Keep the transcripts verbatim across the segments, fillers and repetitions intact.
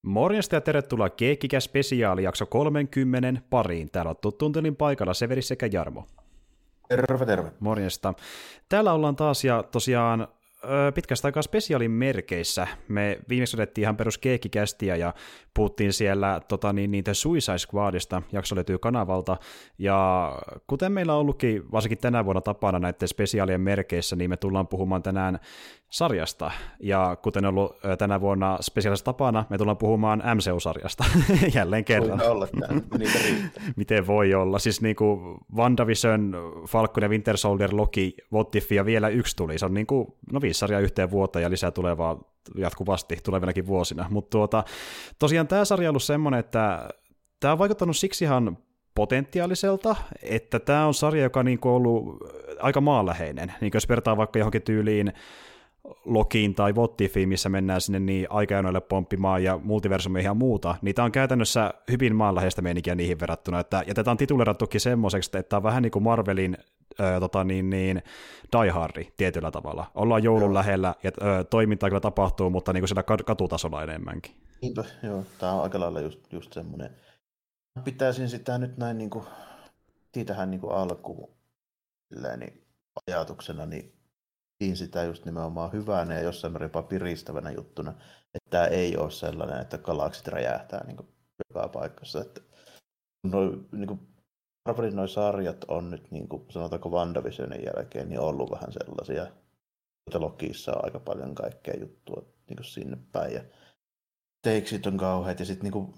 Morjesta ja tervetuloa Keekkikä spesiaali jakso kolmekymmentä pariin. Täällä on tuttuuntelin paikalla Severi sekä Jarmo. Terve, terve. Morjesta. Täällä ollaan taas ja tosiaan pitkästä aikaa spesiaalin merkeissä. Me viimeksi otettiin ihan perus Keekkikästiä ja puhuttiin siellä tota, niin, niin The Suicide Squadista, jakso löytyy kanavalta, ja kuten meillä on ollutkin varsinkin tänä vuonna tapana näiden spesiaalien merkeissä, niin me tullaan puhumaan tänään sarjasta, ja kuten on ollut tänä vuonna spesiaalissa tapana, me tullaan puhumaan M C U-sarjasta jälleen kerran. Voi olla tämän, niitä riittää. Miten voi olla? Siis niin kuin WandaVision, Falcon ja Winter Soldier, Loki, What If ja vielä yksi tuli. Se on niin kuin, no viisi sarjaa yhteen vuotta ja lisää tulevaa jatkuvasti tulevinakin vuosina. Mutta tuota, tosiaan tämä sarja on ollut semmoinen, että tämä on vaikuttanut siksi ihan potentiaaliselta, että tämä on sarja, joka on niin kuin ollut aika maanläheinen. Niin jos vertaa vaikka johonkin tyyliin Lokiin tai What Ifiin, missä mennään sinne niin aikajonoille pomppimaan ja multiversumia ja muuta, niin tämä on käytännössä hyvin maanläheistä meininkiä niihin verrattuna. Että, ja tätä on titulerattukin semmoiseksi, että tämä on vähän niin kuin Marvelin äh, tota niin, niin, Die Hardi tietyllä tavalla. Ollaan joulun joo. lähellä ja äh, toimintaa kyllä tapahtuu, mutta niin kuin siellä katutasolla enemmänkin. Niinpä, joo. Tämä on aika lailla just, just semmoinen. Pitäisin sitä nyt näin, niin kuin, siitähän niin kuin alkuun niin ajatuksena, niin sitä just nimenomaan hyvänä ja jossain määrin jopa piristävänä juttuna, että tämä ei ole sellainen, että galaksit räjähtää niin kuin joka paikassa. Että noi, niin kuin Marvelin noi sarjat on nyt, niin kuin sanotaanko WandaVisionin jälkeen, niin ollut vähän sellaisia, että Lokissa on aika paljon kaikkea juttua niin kuin sinne päin. Ja teiksit on kauheat ja sitten niin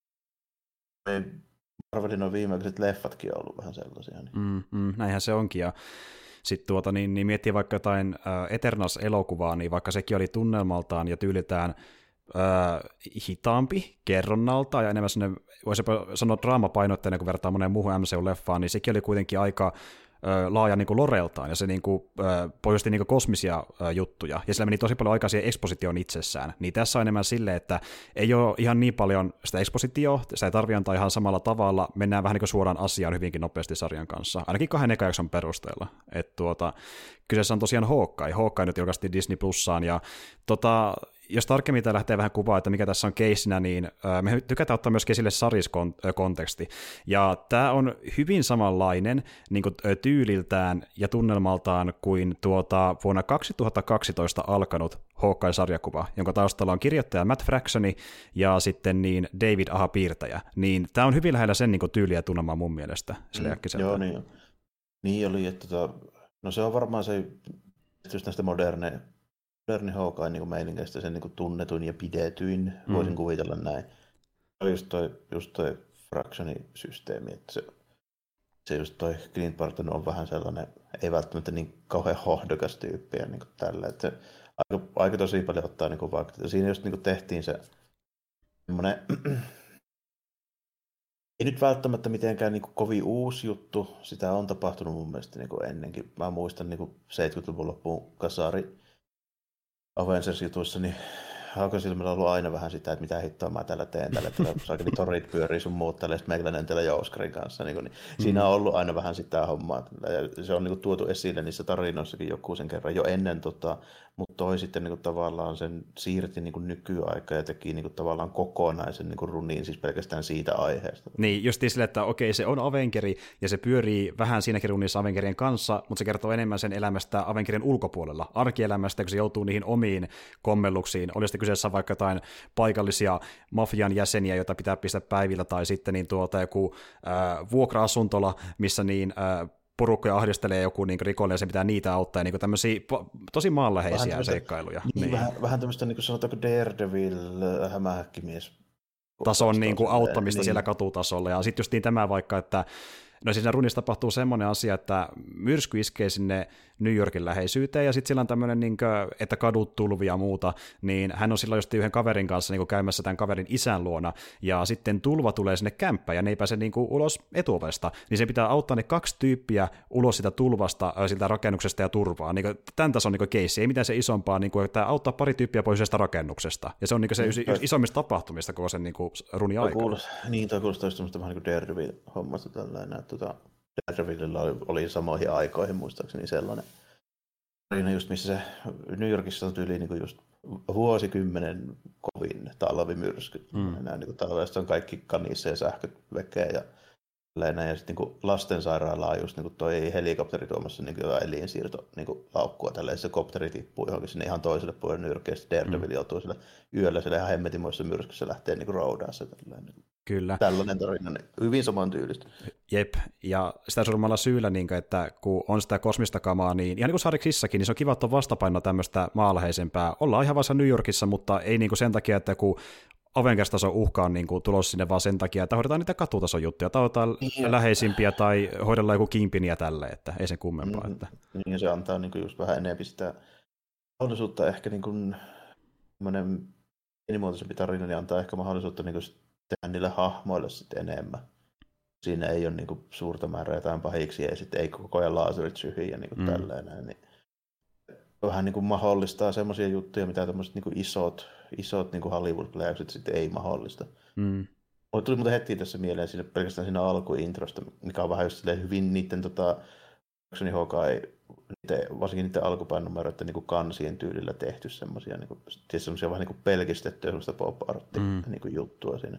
Marvelin on viimeiset leffatkin on ollut vähän sellaisia. Niin. Mm, mm, näinhän se onkin ja sitten tuota, niin, niin miettii vaikka jotain äh, Eternals-elokuvaa, niin vaikka sekin oli tunnelmaltaan ja tyyliltään äh, hitaampi kerronnalta ja enemmän sinne, voisi sanoa draamapainotteinen, kun vertaa moneen muuhun M C U-leffaan, niin sekin oli kuitenkin aika äh, laaja niin kuin loreltaan, ja se niin kuin, äh, pohjusti niin kuin kosmisia äh, juttuja, ja sillä meni tosi paljon aikaa siihen ekspositioon itsessään. Niin tässä on enemmän silleen, että ei ole ihan niin paljon sitä ekspositioa, sitä ei tarvitse antaa ihan samalla tavalla, mennään vähän niin kuin suoraan asiaan hyvinkin nopeasti sarjan kanssa, ainakin kahden eka jakson perusteella. Et tuota, kyseessä on tosiaan Hawkeye. Hawkeye nyt julkaistiin Disney Plussaan, ja tota, jos tarkemmin tämä lähtee vähän kuvaa, että mikä tässä on keissinä, niin äh, me tykätään ottaa myös esille sariskonteksti. Ja tämä on hyvin samanlainen niin kuin, tyyliltään ja tunnelmaltaan kuin tuota, vuonna kaksituhattakaksitoista alkanut Hawkeye-sarjakuva, jonka taustalla on kirjoittaja Matt Fractioni ja sitten niin David Aja piirtäjä. Niin tämä on hyvin lähellä sen niin kuin, tyyliä ja tunnelmaa mun mielestä. Mm, joo, niin, niin oli. Että, no se on varmaan se, just näistä moderneja, moderni Hawkeye niin meininkäistä sen niin tunnetun ja pidetyin, mm. voisin kuvitella näin. Se on just toi, just toi Fractioni-systeemi, että se, se just toi Clint Barton on vähän sellainen, ei välttämättä niin kauhean hohdokas tyyppi ja niin tällä, että se aika, aika tosi paljon ottaa niin vaikka, siinä just niin tehtiin se semmoinen, ei nyt välttämättä mitenkään niin kovin uusi juttu, sitä on tapahtunut mun mielestä niin ennenkin. Mä muistan niin seitsemänkymmentäluvun loppuun kasari Avengers-jutuissa, niin Haukasilmilla on ollut aina vähän sitä, että mitä hittoa mä täällä teen, täällä saakeli torit pyörii sun muut, tällä sitten meikäläinen täällä Jouskarin kanssa. Niin, niin. Mm. Siinä on ollut aina vähän sitä hommaa, ja se on niin kuin, tuotu esille niissä tarinoissakin joku sen kerran jo ennen, tota, mutta toi sitten niin kuin, tavallaan sen siirti niin kuin, nykyaikaan ja teki niin kuin, tavallaan kokonaisen niin kuin, runiin, siis pelkästään siitä aiheesta. Niin, justiin sille, että okei, se on Avengeri, ja se pyörii vähän siinäkin runissa Avengerien kanssa, mutta se kertoo enemmän sen elämästä Avengerien ulkopuolella, arkielämästä, kun se joutuu niihin omiin kommelluksiin, oli sitten kyseessä vaikka jotain paikallisia mafian jäseniä, joita pitää pistää päivillä, tai sitten niin tuota joku äh, vuokra-asuntola, missä niin äh, porukkoja ahdistelee joku niin rikollinen, ja se pitää niitä auttaa, ja niin tämmöisiä tosi maanläheisiä seikkailuja. Niin, niin. Vähän, vähän tämmöistä, niin kuin sanotaanko Daredevil, hämähäkkimies. Tason niin kuin auttamista niin. Siellä katutasolla, ja sitten just niin tämä vaikka, että no siis siinä runissa tapahtuu semmoinen asia, että myrsky iskee sinne New Yorkin läheisyyteen, ja sitten sillä on tämmöinen, niin kuin, että kadut tulvia ja muuta, niin hän on silloin just yhden kaverin kanssa niin kuin käymässä tämän kaverin isän luona, ja sitten tulva tulee sinne kämppään, ja ne ei pääse niin kuin ulos etuovesta, niin se pitää auttaa ne kaksi tyyppiä ulos sitä tulvasta, siltä rakennuksesta ja turvaa. Niin kuin, tämän tason niin keissi, ei mitään se isompaa, niin kuin, että auttaa pari tyyppiä pois sitä rakennuksesta, ja se on niin kuin, se niin, y- isommista tapahtumista koko sen niin kuin, runin aikana. Kuulosti, niin, toi kuulostaa just semmoista vähän niin kuin Daredevil-hommasta tällainen, että tuota, Daredevilillä oli, oli samoihin aikoihin muistaakseni sellainen tarina just, missä se New Yorkissa on tyyliin niin just vuosikymmenen kovin talvimyrskyt. Mm. Nämä niin talvesta on kaikki kanissa ja sähköt vekeä ja näin. Ja sitten niin lastensairaalaa on just niin toi helikopteri tuomassa niin elinsiirto niin laukkua tälleen. Se kopteri tippuu johonkin sinne ihan toiselle puolelle nyrkeä. Sitten Daredevil mm. joutuu sillä yöllä siellä ihan hemmetimoissa myrskyssä lähtee niin roudaan se tälleen. Kyllä. Tällainen tarina, niin hyvin samantyylistä. Jep, ja sitä surmalla syyllä, niin kuin, että kun on sitä kosmista kamaa, niin ihan niin kuin Sarriksissakin, niin se on kiva, että on vastapaino tämmöistä maanläheisempää. Ollaan ihan vasta New Yorkissa, mutta ei niin kuin sen takia, että kun Avengers-tason uhka on niin kuin tulossa sinne, vaan sen takia, että hoidetaan niitä katutason juttuja, tauotaan niin, läheisimpiä tai hoidellaan joku kimpini ja tälleen, että ei sen kummempaa. Mm, että. Niin, se antaa niin kuin just vähän enemmän sitä mahdollisuutta ehkä niin kuin pienimuotoisempi tarina, niin antaa ehkä mahdollisuutta niin kuin tehdä niille hahmoille sitten enemmän. Siinä ei ole niin kuin suurta määrää jotain pahiksi ja sitten ei koko ajan laaserit syhiin ja niin kuin mm. tälleen. Niin vähän niin kuin mahdollistaa semmoisia juttuja, mitä tämmöiset niin kuin isot, isot niin kuin Hollywood-läykset sitten ei mahdollista. Mm. Mulle tuli muuten heti tässä mieleen siinä, pelkästään siinä alkuintrosta, mikä on vähän just hyvin niiden tota, niiden, varsinkin niiden alkupainonumeroiden niin kansien tyylillä tehty semmoisia niin kuin, semmoisia vähän niin kuin pelkistettyä semmoista pop-arttia mm. niin kuin juttua siinä.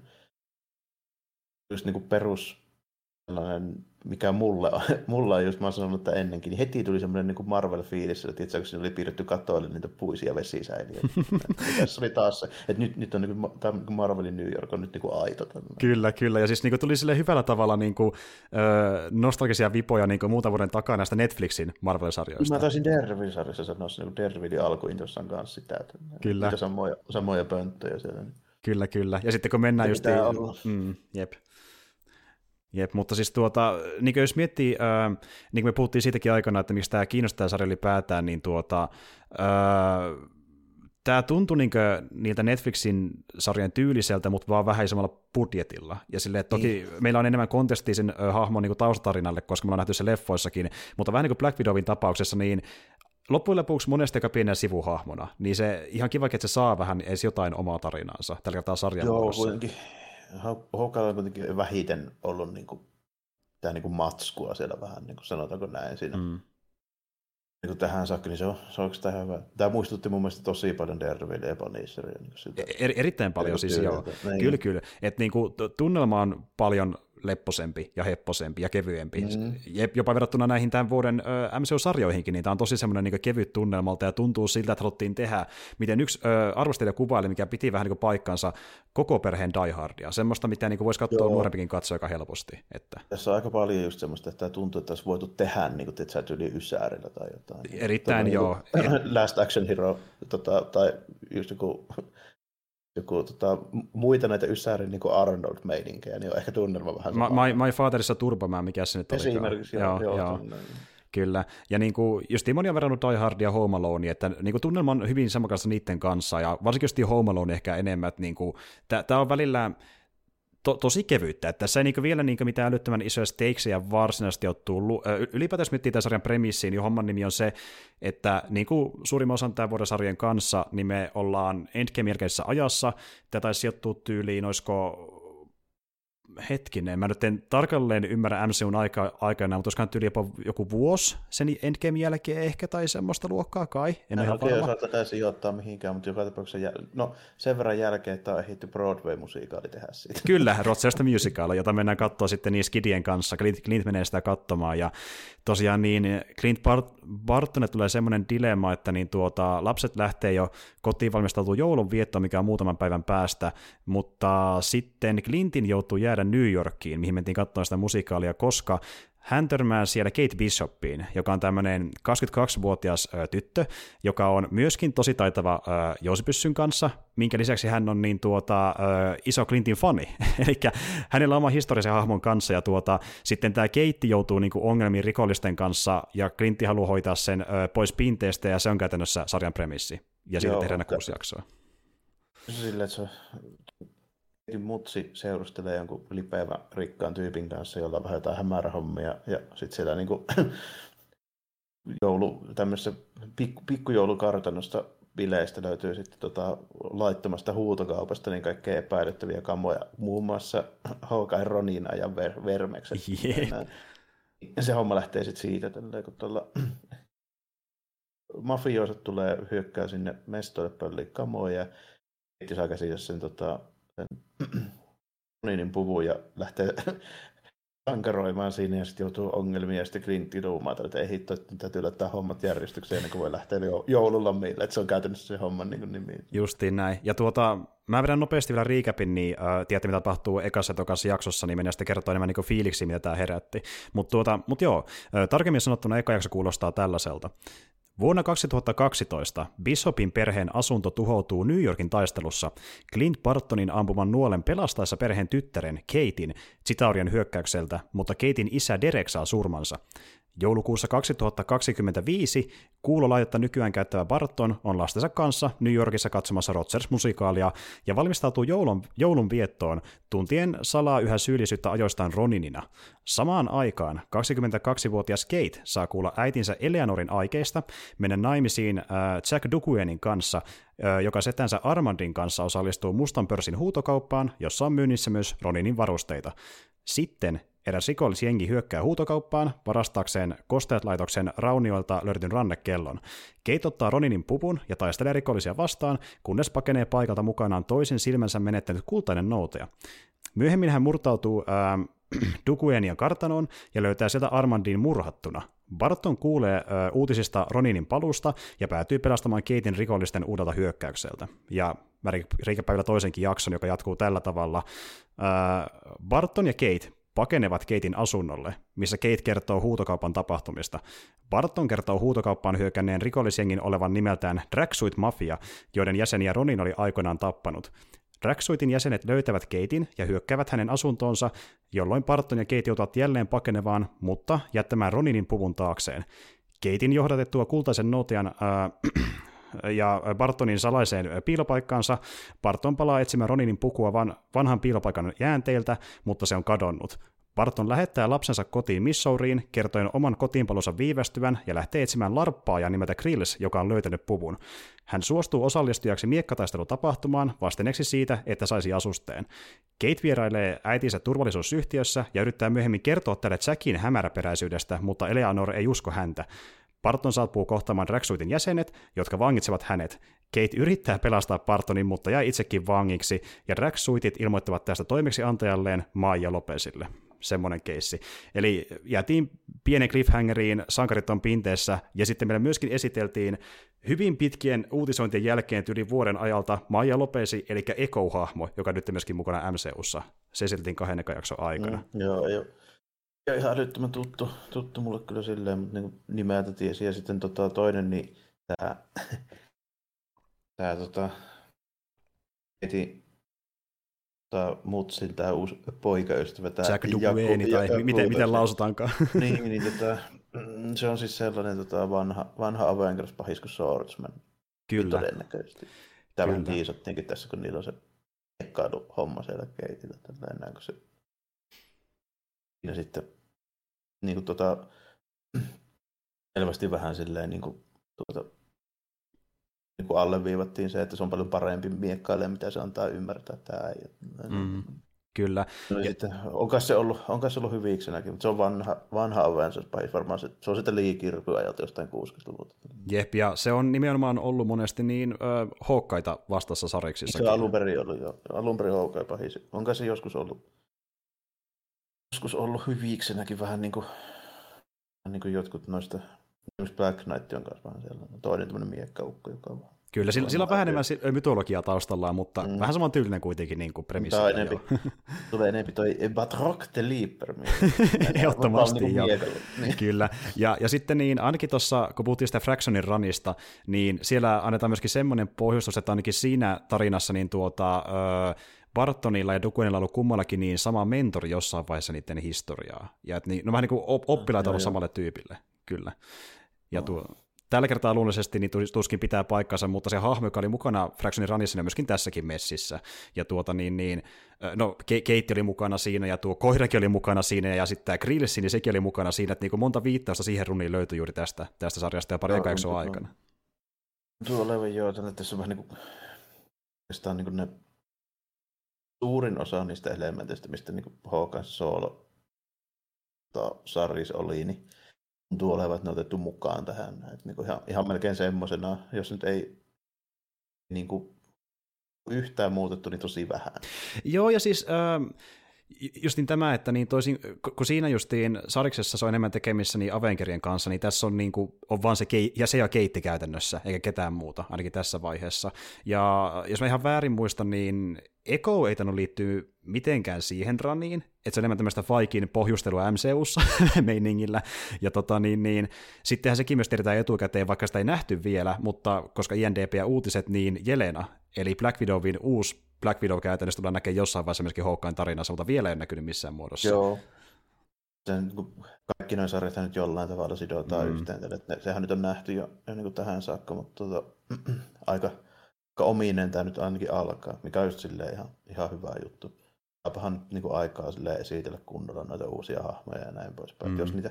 Just niin kuin perus sellainen, mikä mulle on, mulle on just, mä oon sanonut, että ennenkin, niin heti tuli semmoinen niin kuin Marvel-fiilis, että itse asiassa siinä oli piirretty katoille niitä puisia vesisäiliä. Tässä oli taas se, että nyt, nyt on niin kuin, tämä Marvelin New York on nyt niin kuin aito. Tämmöinen. Kyllä, kyllä, ja siis niin kuin tuli sille hyvällä tavalla niin kuin, ö, nostalgisia vipoja niin kuin muutaman vuoden takaa näistä Netflixin Marvel-sarjoista. Mä taisin Daredevil-sarjassa sanoa se, niin Daredevilin alkuintrossan kanssa sitä, että kyllä. Niitä samoja, samoja pönttöjä siellä. Niin. Kyllä, kyllä, ja sitten kun mennään just... Mm, jep. Jep, mutta siis tuota, niin kuin jos miettii, ää, niin kuin me puhuttiin siitäkin aikana, että miksi tämä kiinnostaa sarja ylipäätään, niin tuota, ää, tämä tuntui niin kuin niiltä Netflixin sarjan tyyliseltä, mutta vaan vähän isommalla budjetilla. Ja silleen, että toki niin. meillä on enemmän kontestia sen ä, hahmon niin kuin taustatarinalle, koska me ollaan nähty se leffoissakin, mutta vähän niin kuin Black Widowin tapauksessa, niin loppujen lopuksi monesti aika pienenä sivuhahmona, niin se ihan kiva, että se saa vähän edes jotain omaa tarinaansa, tällä kertaa sarjan Joo, muodossa. kuitenkin. Hawkeye on kuitenkin vähiten ollut niin kuin, tämä niin kuin matskua siellä vähän, niin kuin sanotaanko näin siinä. Mm. Niin kuin tähän saakka, niin se on, se on tämä hyvä. Tämä muistutti mun mielestä tosi paljon Daredevilia ja Punisheria. Niin er, erittäin paljon siis, joo. Näin. Kyllä, kyllä. Että niin kuin, tunnelma on paljon lepposempi ja hepposempi ja kevyempi. Mm. Jopa verrattuna näihin tämän vuoden ö, M C U-sarjoihinkin, niin tämä on tosi semmoinen niin kevyt tunnelmalta ja tuntuu siltä, että haluttiin tehdä, miten yksi ö, arvostelija kuvaili, mikä piti vähän niin paikkansa koko perheen Die Hardia. Semmoista, mitä niin voisi katsoa nuorempikin katsoa aika helposti. Että. Tässä on aika paljon just semmoista, että tämä tuntuu, että olisi voitu tehdä, niin kuin, että sä yli Ysärillä tai jotain. Erittäin, joo. Niin Last Action Hero, tota, tai just joku... joku tota, muita näitä Ysärin niin Arnold-meininkejä, niin on ehkä tunnelma vähän sama. My, my Fatherissa Turboman, mikä se nyt oli? Esimerkiksi, joo. joo, joo kyllä, ja niin kuin, just moni on verrannut Die Hardia Home Alone, että niin kuin tunnelma on hyvin samankaltaista niiden kanssa, ja varsinkin just Home Alone ehkä enemmän, että niin kuin, tämä on välillä to, tosi kevyyttä, että tässä ei niin vielä niin mitään älyttömän isoja stakesejä varsinaisesti ole tullut. Ylipäätään jos miettii tämän sarjan premissiin, niin homman nimi on se, että niin kuin suurimman osan tämän vuoden sarjan kanssa, niin me ollaan Endgame-jälkeisessä ajassa, tätä taisi sijoittua tyyliin, olisiko hetkinen, mä nyt en tarkalleen ymmärrä M C U:n aika, aikana, mutta olisikohan tyyli jopa joku vuosi sen Endgame jälkeen ehkä, tai semmoista luokkaa kai. En en oikein osaa tätä sijoittaa mihinkään, mutta joka tapauksessa, jäl... no sen verran jälkeen, että on ehditty Broadway-musiikaali tehdä siitä. Kyllä, Rochester Musical, jota mennään katsoa sitten niin Skidien kanssa, Clint, Clint menee sitä katsomaan, ja tosiaan niin Clint Bart- Bartonille tulee semmoinen dilemma, että niin tuota, lapset lähtee jo kotiin valmistautuu joulun viettoon, mikä on muutaman päivän päästä, mutta sitten Clintin joutuu jäädä New Yorkiin, mihin mentiin katsomaan sitä musikaalia, koska hän törmää siellä Kate Bishopiin, joka on tämmöinen kaksikymmentäkaksivuotias ö, tyttö, joka on myöskin tosi taitava ö, jousipyssyn kanssa, minkä lisäksi hän on niin tuota, ö, iso Clintin fani. Eli hänellä on oma historiallisen hahmon kanssa, ja tuota, sitten tämä Kate joutuu niin kuin ongelmiin rikollisten kanssa, ja Clintti haluaa hoitaa sen ö, pois pinteestä, ja se on käytännössä sarjan premissi. Ja siitä tehdään kuusi jaksoa. Sillä, että se mutsi seurustelee jonkun lipeävän rikkaan tyypin kanssa, jolla on vähän jotain hämärähommia, ja sitten siellä niinku joulu, tämmöisessä pikku, pikkujoulukartanosta bileistä löytyy sitten tota laittomasta huutokaupasta niin kaikkea epäilyttäviä kamoja, muun muassa Hawkeye Ronina ja Ver- Vermekset. Yeah. Se homma lähtee sitten siitä, tälleen, kun tuolla mafioosat tulee hyökkää sinne mestoille pölliin kamoja ja Kate saa käsiä sen, tota, sen Roninin puvun ja lähtee sankaroimaan siinä ja sitten joutuu ongelmia ja sitten Clint duumaa, että ei hitto, että täytyy laittaa hommat järjestykseen ennen kuin voi lähteä joululomille, että se on käytännössä se homman niin nimi. Justiin näin. Ja tuota, mä vedän nopeasti vielä recapin, niin äh, tiedätte mitä tapahtuu ekassa ja tokassa jaksossa, niin mennään sitten kertoa enemmän niin fiiliksi, mitä tämä herätti. Mutta tuota, mut joo, äh, tarkemmin sanottuna eka jakso kuulostaa tällaiselta. Vuonna kaksituhattakaksitoista Bishopin perheen asunto tuhoutuu New Yorkin taistelussa Clint Bartonin ampuman nuolen pelastaessa perheen tyttären Katein Chitaurien hyökkäykseltä, mutta Katein isä Derek saa surmansa. Joulukuussa kaksituhattakaksikymmentäviisi kuulolaitetta nykyään käyttävä Barton on lastensa kanssa New Yorkissa katsomassa Rodgers-musikaalia ja valmistautuu joulun, joulun viettoon tuntien salaa yhä syyllisyyttä ajoistaan Roninina. Samaan aikaan kaksikymmentäkaksivuotias Kate saa kuulla äitinsä Eleanorin aikeista mennä naimisiin äh, Jack Duquesnin kanssa, äh, joka setänsä Armandin kanssa osallistuu mustan pörssin huutokauppaan, jossa on myynnissä myös Roninin varusteita. Sitten eräs rikollisjengi hyökkää huutokauppaan varastaakseen kosteet-laitoksen raunioilta löydetyn rannekellon. Kate ottaa Roninin pupun ja taistelee rikollisia vastaan, kunnes pakenee paikalta mukanaan toisen silmänsä menettänyt kultainen noutaja. Myöhemmin hän murtautuu ää, Duquesnia kartanoon ja löytää sieltä Armandin murhattuna. Barton kuulee ää, uutisista Roninin palusta ja päätyy pelastamaan Katein rikollisten uudelta hyökkäykseltä. Ja mä reikäpäivillä toisenkin jakson, joka jatkuu tällä tavalla. Ää, Barton ja Kate pakenevat Katein asunnolle, missä Kate kertoo huutokaupan tapahtumista. Barton kertoo huutokauppaan hyökänneen rikollisjengin olevan nimeltään Dragsuit Mafia, joiden jäseniä Ronin oli aikoinaan tappanut. Dragsuitin jäsenet löytävät Katein ja hyökkäävät hänen asuntoonsa, jolloin Barton ja Kate joutuvat jälleen pakenevaan, mutta jättämään Roninin puvun taakseen. Katein johdatettua kultaisen noutajan äh, ja Bartonin salaiseen piilopaikkaansa, Barton palaa etsimään Roninin pukua van, vanhan piilopaikan jäänteiltä, mutta se on kadonnut. Barton lähettää lapsensa kotiin Missouriin, kertoen oman kotiinpalunsa viivästyvän ja lähtee etsimään larppaajan nimeltä Grills, joka on löytänyt puvun. Hän suostuu osallistujaksi miekkataistelutapahtumaan vastineeksi siitä, että saisi asusteen. Kate vierailee äitinsä turvallisuusyhtiössä ja yrittää myöhemmin kertoa tälle Jackin hämäräperäisyydestä, mutta Eleanor ei usko häntä. Barton saapuu kohtaamaan Dragsuitin jäsenet, jotka vangitsevat hänet. Kate yrittää pelastaa Bartonin, mutta jää itsekin vangiksi, ja Dragsuitit ilmoittavat tästä toimeksiantajalleen Maija Lopezille. Semmoinen keissi. Eli jäätiin pienen cliffhangeriin, sankarit on pinteessä, ja sitten meillä myöskin esiteltiin hyvin pitkien uutisointien jälkeen yli vuoden ajalta Maija Lopezi, eli Echo-hahmo, joka nyt myöskin mukana M C U:ssa. Se esiteltiin kahden jakson aikana. Mm, joo, joo. Ja ihan älyttömän tuttu, tuttu mulle kyllä silleen, mutta niin nimeltä tiesi. Ja sitten tota, toinen, niin tämä, tämä tota, heti tota, Mutsin tämä uusi poikaystävä. Tämä Jack Duquesne, tai Jaku, miten, miten lausutaankaan. Niin, niin tota, se on siis sellainen tota, vanha, vanha Avengers-pahis kuin Swordsman. Kyllä. Todennäköisesti. Tämän tiisattiinkin tässä, kun niillä on se ekkailu homma siellä keitillä. Tällainen, kun se ja sitten niin kuin tota, selvästi vähän silleen niin kuin, tuota, niin kuin alleviivattiin se, että se on paljon parempi miekkailemaan, mitä se antaa ymmärtää. Tämä ei, mm, kyllä. No, ja sitten, onko se ollut, onko se ollut hyviksenäkin, mutta se on vanha, vanha Avengers-pahis varmaan. Se, se on sitten liikirpyajalta jostain kuusikymmentäluvulta. Jep, ja se on nimenomaan ollut monesti niin ö, houkkaita vastassa sariksissakin. Se on alun perin ollut jo. Alun perin houkkaipahis. Onko se joskus ollut? Joskus ollut hyviksenäkin vähän niin kuin, niin kuin jotkut noista, esimerkiksi Black Knight on kanssa vähän sellainen, toinen tämmöinen miekkaukko, joka on kyllä, sillä, sillä on vähän enemmän mytologiaa taustallaan, mutta mm. vähän saman tyylinen kuitenkin niin kuin premissi. Tulee enemmän toi Batroc de Leaper. Ehdottomasti, niin joo. Niin. Kyllä. Ja, ja sitten niin, ainakin tuossa, kun puhuttiin sitä Fractionin ranista, niin siellä annetaan myöskin semmoinen pohjustus, että ainakin siinä tarinassa niin tuota, öö, Bartonilla ja Duquesnella on ollut kummallakin niin sama mentori jossain vaiheessa niiden historiaa. Ja että niin, no vähän niin kuin oppilaita on ollut samalle tyypille, kyllä. Ja tuo, tällä kertaa luonnollisesti niin tuskin pitää paikkansa, mutta se hahmo, joka oli mukana Fractionin ranissa, on myöskin tässäkin messissä. Ja tuota niin, niin no Kate oli mukana siinä, ja tuo koirakin oli mukana siinä, ja sitten tämä Grillsi, niin sekin oli mukana siinä, että niin kuin monta viittausta siihen runiin löytyi juuri tästä, tästä sarjasta ja pari no, jaksoa aikana. Tuo olevan joo, että tässä on vähän niin kuin, on niin kuin ne suurin osa niistä elementeistä, mistä niin H K Solo Saris oli, niin tuntuu olevan, että ne on otettu mukaan tähän. Että niin kuin ihan, ihan melkein semmoisena, jos nyt ei niin kuin yhtään muutettu, niin tosi vähän. Joo, ja siis äh, justiin tämä, että niin toisin, kun siinä justiin Sariksessa se on enemmän tekemissä niin Avengerien kanssa, niin tässä on, niin kuin, on vaan se, kei, ja se ja Keitti käytännössä, eikä ketään muuta, ainakin tässä vaiheessa. Ja jos mä ihan väärin muistan, niin Echo ei tainnut liittyä mitenkään siihen raniin, että se on enemmän tämmöistä Faikin pohjustelua M C U:ssa meiningillä, ja tota, niin, niin, sittenhän sekin myös tiedetään etukäteen, vaikka sitä ei nähty vielä, mutta koska I N D P ja uutiset, niin Jelena, eli Black Widowin uusi Black Widow käytännössä tullaan näkemään jossain vaiheessa myöskin Hawkeyen tarinassa, mutta vielä ei ole näkynyt missään muodossa. Joo. Sen, kaikki noin sarjat nyt jollain tavalla sidotaan mm. yhteen. Että sehän nyt on nähty jo, jo niin kuin tähän saakka, mutta tuota, aika, aika ominen tämä nyt ainakin alkaa, mikä on just silleen ihan, ihan hyvä juttu. Saapahan nyt niin kuin aikaa silleen esitellä kunnolla noita uusia hahmoja ja näin poispäin. Mm. Jos niitä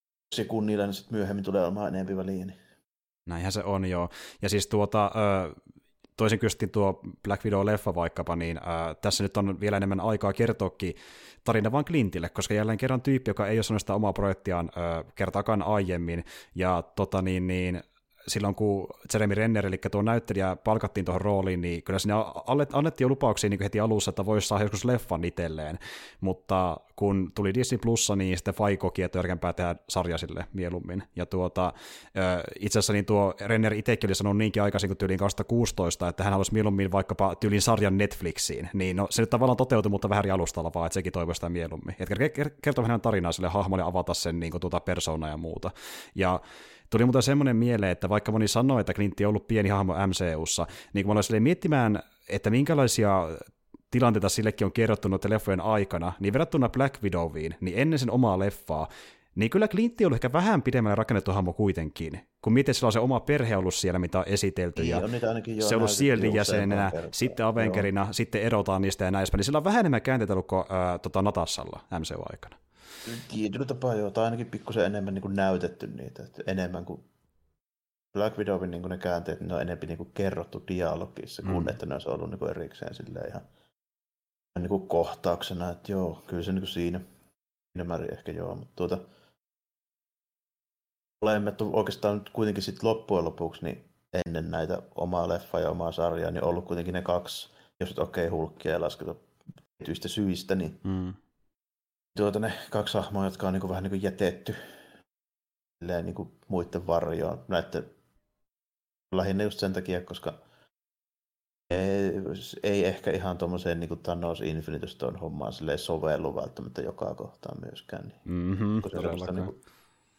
kun niillä niin sitten myöhemmin tulee olemaan enemmän väliä. Niin... Näinhän se on, joo. Ja siis tuota... Ö... Toisin kuin tuo Black Widow-leffa vaikkapa, niin ää, tässä nyt on vielä enemmän aikaa kertoakin tarina vaan Clintille, koska jälleen kerran tyyppi, joka ei ole sanonut sitä omaa projektiaan ää, kertaakaan aiemmin, ja tota niin, niin silloin kun Jeremy Renner, eli tuo näyttelijä, palkattiin tuohon rooliin, niin kyllä siinä annettiin jo lupauksia niin heti alussa, että voisi saada joskus leffan itselleen, mutta kun tuli Disney Plussa, niin sitten Fai koki, että järkempää tehdä sarja sille mieluummin. Ja tuota, itse asiassa niin tuo Renner itsekin oli sanonut niinkin aikaisin kuin tyyliin kaksituhattakuusitoista, että hän haluaisi mieluummin vaikkapa tyylin sarjan Netflixiin. Niin no, se nyt tavallaan toteutui, mutta vähän alustalla vaan, että sekin toivoi sitä mieluummin. Että kertoo hänen tarinaa sille hahmolle, avata sen niin kuin tuota persoonaa ja muuta. Ja tuli muuten semmoinen mieleen, että vaikka moni sanoi, että Clint on ollut pieni hahmo M C U:ssa, niin kun mä aloin miettimään, että minkälaisia tilanteita sillekin on kerrottu noiden leffojen aikana, niin verrattuna Black Widowiin, niin ennen sen omaa leffaa, niin kyllä Clint on ollut ehkä vähän pidemmälle rakennettu hahmo kuitenkin. Kun mietit, sillä on se oma perhe ollut siellä, mitä on esitelty, ja on se on ollut Shieldin jäsenenä, sitten Avengerina, joo. Sitten erotaan niistä ja näin, niin sillä on vähän enemmän käänteitä ollut kuin äh, tota Natassalla M C U-aikana. Tietyllä tapaa joo, tai ainakin pikkusen enemmän niin kuin näytetty niitä, että enemmän kuin Black Widowin niin kuin ne käänteet, ne on enemmän niin kuin kerrottu dialogissa, mm. kun että ne olisi ollut niin kuin erikseen silleen ihan niin kuin kohtauksena, että joo, kyllä se niin kuin siinä, siinä määrin ehkä joo, mutta tuota, olemme oikeastaan nyt kuitenkin sitten loppujen lopuksi niin ennen näitä omaa leffaa ja omaa sarjaa, niin ollut kuitenkin ne kaksi, jos nyt okei okay, Hulkia ja lasketa tietyistä syistä, niin mm. tuota ne kaksi hahmoa, jotka on niin kuin vähän niin kuin jätetty niin kuin muiden varjoon. Näette lähinnä just sen takia, koska ei, ei ehkä ihan tuommoiseen niin kuin Thanos Infinity Stone hommaan sovellu välttämättä joka kohtaan myöskään. Niin, mm-hmm, kun se, niin kuin,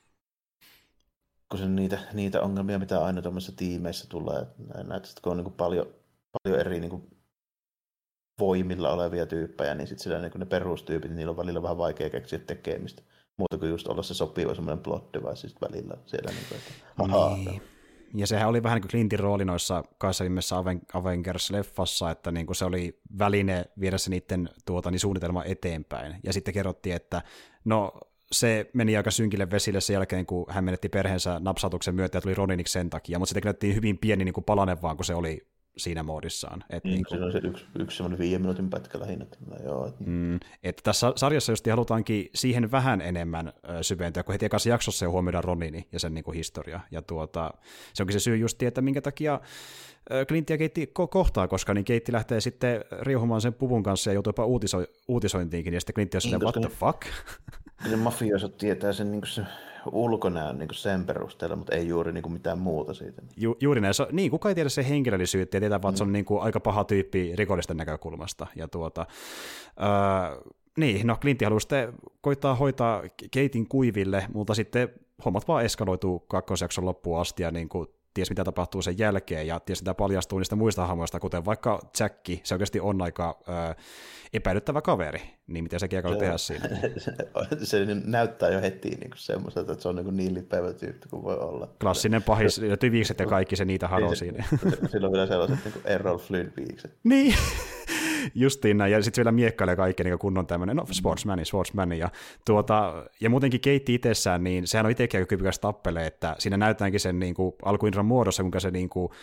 kun se niitä, niitä ongelmia, mitä aina tuommoisissa tiimeissä tulee, näitä, kun on niin kuin paljon, paljon eri niin kuin voimilla olevia tyyppejä, niin sitten niin ne perustyypit, niin niillä on välillä vähän vaikea keksiä tekemistä. Muuta kuin just olla se sopiva semmoinen plot device sit välillä siellä. Niin kuin, että, ahaa, niin. Ja sehän oli vähän niin kuin Clintin rooli noissa kanssa viimeisessä Avengers-leffassa, että niin kuin se oli väline viedä se niiden tuota, niin suunnitelma eteenpäin. Ja sitten kerrottiin, että no se meni aika synkille vesille sen jälkeen, kun hän menetti perheensä napsautuksen myötä ja tuli Roniniksi sen takia, mutta sitten näytettiin hyvin pieni niin kuin palanen vaan, kun se oli siinä moodissaan. Et niin, niin kuin... Se on se yksi, yksi semmoinen viiden minuutin pätkä lähinnä. Joo, et... mm, että tässä sarjassa just halutaankin siihen vähän enemmän syventyä, kun heti ekassa jaksossa jo huomioidaan Ronini ja sen niin kuin historia. Ja tuota, se onkin se syy just, että minkä takia Clint ja Keitti ko- kohtaa, koska niin Keitti lähtee sitten riuhumaan sen puvun kanssa ja joutuu jopa uutiso- uutisointiinkin, ja sitten Clint on silleen, what the fuck? Ne mafioisot tietää sen, niin sen ulkonäön niin sen perusteella, mutta ei juuri niin mitään muuta siitä. Ju- juuri näin. So, niin, kuka ei tiedä sen henkilöllisyyttä, ja tietää vaan, että se on niin kuin aika paha tyyppi rikollisten näkökulmasta. Ja tuota, öö, niin, no Clint haluaa sitten koittaa hoitaa Keitin kuiville, mutta sitten hommat vaan eskaloituu kakkosjakson loppuun asti, ja niin kuin ties mitä tapahtuu sen jälkeen, ja ties mitä paljastuu niistä muista hahmoista, kuten vaikka Jacki, se oikeasti on aika ö, epäilyttävä kaveri, niin miten sekin aikoo tehdä siinä. Se näyttää jo heti niin semmoiselta, että se on niin, niin lipeävä tyyppi kuin voi olla. Klassinen pahis, ja tyvikset ja kaikki, se niitä haroo siinä. Sillä on vielä sellaiset niin Errol Flynn viikset. Niin, justiin näin, ja sitten vielä miekkailee kaikki niin kunnon tämmöinen, no sportsmani, sportsmani, ja, tuota, ja muutenkin Keitti itsessään, niin sehän on itsekin aika kykykäs tappelee, että siinä näytäänkin sen niin kuin, alkuinran muodossa, kuinka se niin kuin,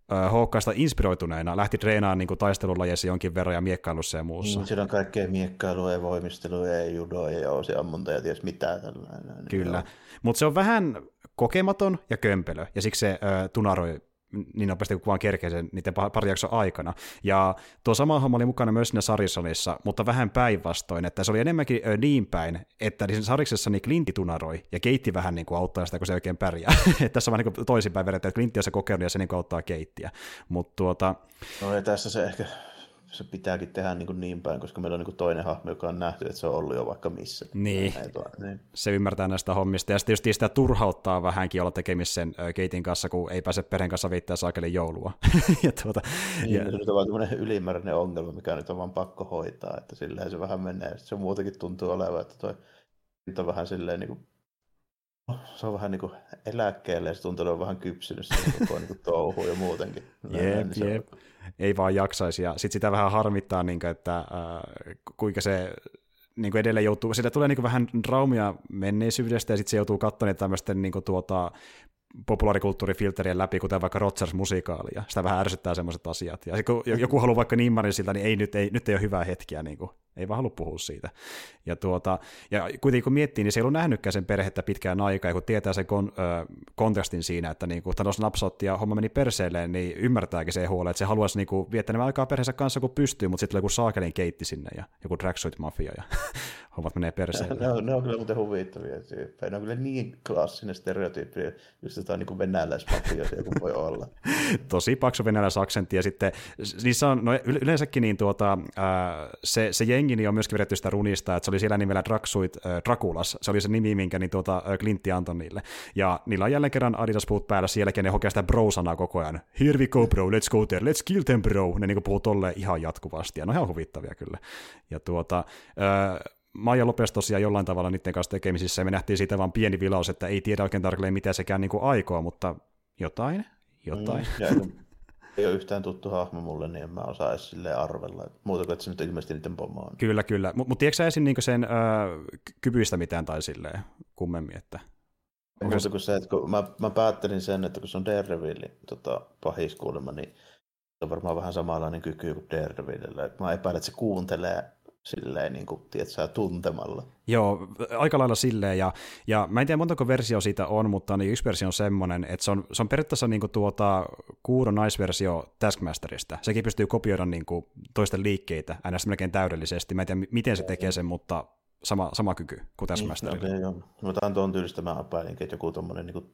Hawkeista inspiroituneena lähti treenaamaan niin taistelulajeissa jonkin verran ja miekkailussa ja muussa. Niin, siinä on kaikkea miekkailua ja voimistelua ja judoa ja jousiammunta ja ties mitä tällainen. Kyllä, mutta se on vähän kokematon ja kömpelö, ja siksi se äh, tunaroi niin nopeasti kuin vaan kerkee sen niiden pari jakson aikana. Ja tuo sama homma oli mukana myös siinä Sarisonissa, mutta vähän päinvastoin, että se oli enemmänkin ö, niin päin, että siinä Sariksessa niin Clintti tunaroi, ja Keitti vähän niin kuin auttaa sitä, kun se oikein pärjää. Tässä on vähän niin kuin toisinpäin vedetty, että Clintti on se kokenut, ja se niin kuin auttaa Keittiä. Mut tuota... No ja tässä se ehkä se pitääkin tehdä niin, kuin niin päin, koska meillä on niin kuin toinen hahmo, joka on nähty, että se on ollut jo vaikka missä. Niin, niin. Se ymmärtää näistä hommista. Ja sitten just sitä turhauttaa vähänkin olla tekemistä sen Keitin kanssa, kun ei pääse perheen kanssa viittää saakeli joulua. ja tuota, niin, ja... Se on vaan tämmöinen ylimääräinen ongelma, mikä nyt on vaan pakko hoitaa, että silleen se vähän menee. Sitten se muutenkin tuntuu olevan, että toi on vähän silleen niin kuin se on vähän niin kuin eläkkeelle ja se tuntuu olevan vähän kypsynyt se koko niin touhu ja muutenkin. Jep, niin jep. Ei vaan jaksaisi. Ja sitten sitä vähän harmittaa, niin kuin, että äh, kuinka se niin kuin edelleen joutuu, sillä tulee niin kuin vähän traumia menneisyydestä ja sitten se joutuu katsomaan tämmöisten niin kuin tuota, populaarikulttuurifilterien läpi, kuten vaikka Rodgers-musikaalia. Sitä vähän ärsyttää semmoiset asiat. Ja kun joku haluaa vaikka nimmarin siltä, niin ei nyt, ei, nyt ei ole hyvää hetkiä, niin kuin, ei vaan halua puhua siitä. Ja, tuota, ja kuitenkin kun miettii, niin se ei ollut nähnytkään sen perhettä pitkään aikaa, ja kun tietää sen kon, ö, kontekstin siinä, että niin kun Thanos napsautti ja homma meni perseelleen, niin ymmärtääkin se huole, että se haluaisi niin kuin, viettää nämä aikaa perheensä kanssa, kun pystyy, mutta sitten tulee joku saakelin Keitti sinne ja joku Dragsuit-mafia, ja hommat menee perseelleen. Ne on, ne on kyllä muuten huvittavia tyyppejä. Ne on kyllä niin klassinen stereotyyppi, just jotain niin kuin venäläismafiosia kuin voi olla. Tosi paksu venäläisaksentti, ja sitten niissä on, no yleensäkin niin tuota, ää, se, se jengi niin on myöskin vedetty sitä runista, että se oli siellä nimellä Dragsuit äh, Draculas, se oli se nimi, minkä niin tuota, äh, Clintti antoi niille. Ja niillä on jälleen kerran Adidas-puut päällä, sen jälkeen ne hokee sitä bro-sanaa koko ajan. Here we go bro, let's go there, let's kill them bro. Ne niin puhuu tolleen ihan jatkuvasti, ja ne on ihan huvittavia kyllä. Ja tuota... Äh, Maija lopesi tosiaan jollain tavalla niiden kanssa tekemisissä, ja me nähtiin siitä vaan pieni vilaus, että ei tiedä oikein tarkalleen, mitä sekään niin kuin aikoo, mutta jotain, jotain. Mm, ja ei ole yhtään tuttu hahmo mulle, niin en mä osaa edes silleen arvella. Muuta kuin, että se nyt ilmeisesti niiden pomo on. Kyllä, kyllä. Mutta mut tiedätkö sä esim. Niin sen öö, kyvyistä mitään tai silleen kummemmin, että... Onko se... kuin se, että kun mä, mä päättelin sen, että kun se on Daredevilin tota, pahiskuulemma, niin se on varmaan vähän samanlainen kyky kuin Daredevilillä. Mä epäilen, että se kuuntelee silleen, niin kuin, tiedätkö, tuntemalla. Joo, aika lailla silleen, ja, ja mä en tiedä montako versio siitä on, mutta niin yksi versio on semmoinen, että se on, se on periaatteessa niin kuin tuota Kuuro naisversio Taskmasterista. Sekin pystyy kopioida niin kuin toisten liikkeitä, aina melkein täydellisesti. Mä en tiedä, miten se tekee sen, mutta sama, sama kyky kuin Taskmasterilla. Niin, okay, mutta on tuon tyylistä mä apailinkin, että joku tommoinen niin kuin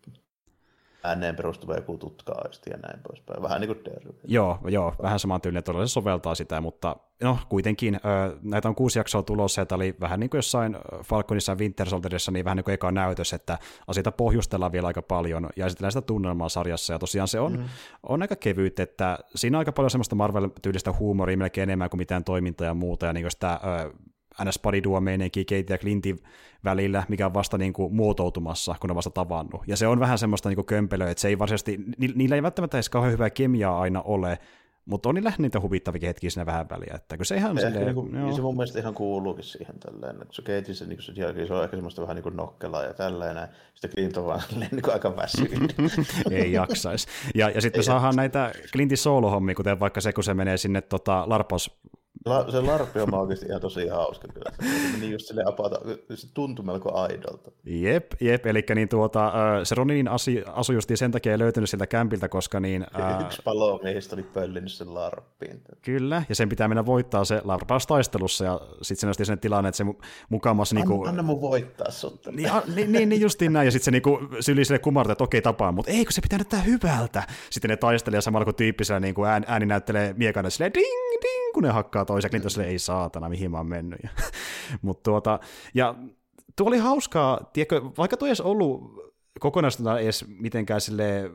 ääneen perustuva joku tutka-aisti ja näin poispäin. Vähän niin kuin Daredevil. Joo, joo, vähän saman tyylinen, todella se soveltaa sitä, mutta no kuitenkin näitä on kuusi jaksoa tulossa, ja tämä oli vähän niin kuin jossain Falconissa ja Winter Soldierissa, niin vähän niin kuin eka näytös, että asioita pohjustellaan vielä aika paljon, ja esitellään sitä tunnelmaa sarjassa, ja tosiaan se on, mm. on aika kevyt, että siinä on aika paljon semmoista Marvel-tyylistä huumoria, melkein enemmän kuin mitään toimintaa ja muuta, ja niin kuin sitä ns. Pariduo-meininkiä Keitin ja Clintin välillä, mikä on vasta niin kuin muotoutumassa, kun on vasta tavannut. Ja se on vähän semmoista niin kuin kömpelöä, että se ei varsinaisesti, ni- niillä ei välttämättä edes kauhean hyvää kemiaa aina ole, mutta on niillä niitä huvittavia hetkiä siinä vähän väliä. Että se ihan silleen, niin kuin, niin se mun mielestä ihan kuuluukin siihen tälleen. Kun se Keitin, se, niin se, se on ehkä semmoista vähän niin kuin nokkelaa ja tälleen. Sitten Clint on vaan niin kuin aika väsynyt. Ei jaksaisi. Ja, ja sitten me saadaan näitä Clintin soolo-hommia, kuten vaikka se, kun se menee sinne tota, Larpos. La, se Larpi on oikeasti ihan tosi hauska kyllä. Se meni just silleen apata, se tuntui melko aidolta. Jep, jep, eli niin tuota, se Roninin asu justiin sen takia ei löytynyt siltä kämpiltä, koska niin... Ää... Yksi palomiehistä oli pöllinyt sen Larppiin. Kyllä, ja sen pitää mennä voittaa se Larpaus-taistelussa, ja sitten se nosti sen tilanne, että se mukaamassa... Anna, niinku... anna mun voittaa sut. Niin, niin, niin, niin justiin näin, ja sitten se niinku syli sille kumarta, että okei tapaa, mutta ei, kun se pitää näyttää hyvältä. Sitten ne taistelee samalla kuin tyyppisellä niin ääni, ääni näyttelee miekana silleen ding, ding, kun ne hakkaa toisia, Clinton silleen, ei saatana, mihin mä oon mennyt. Mutta tuota, ja tuo oli hauskaa, tiedätkö, vaikka tuo ei edes ollut kokonaisuutena edes mitenkään silleen,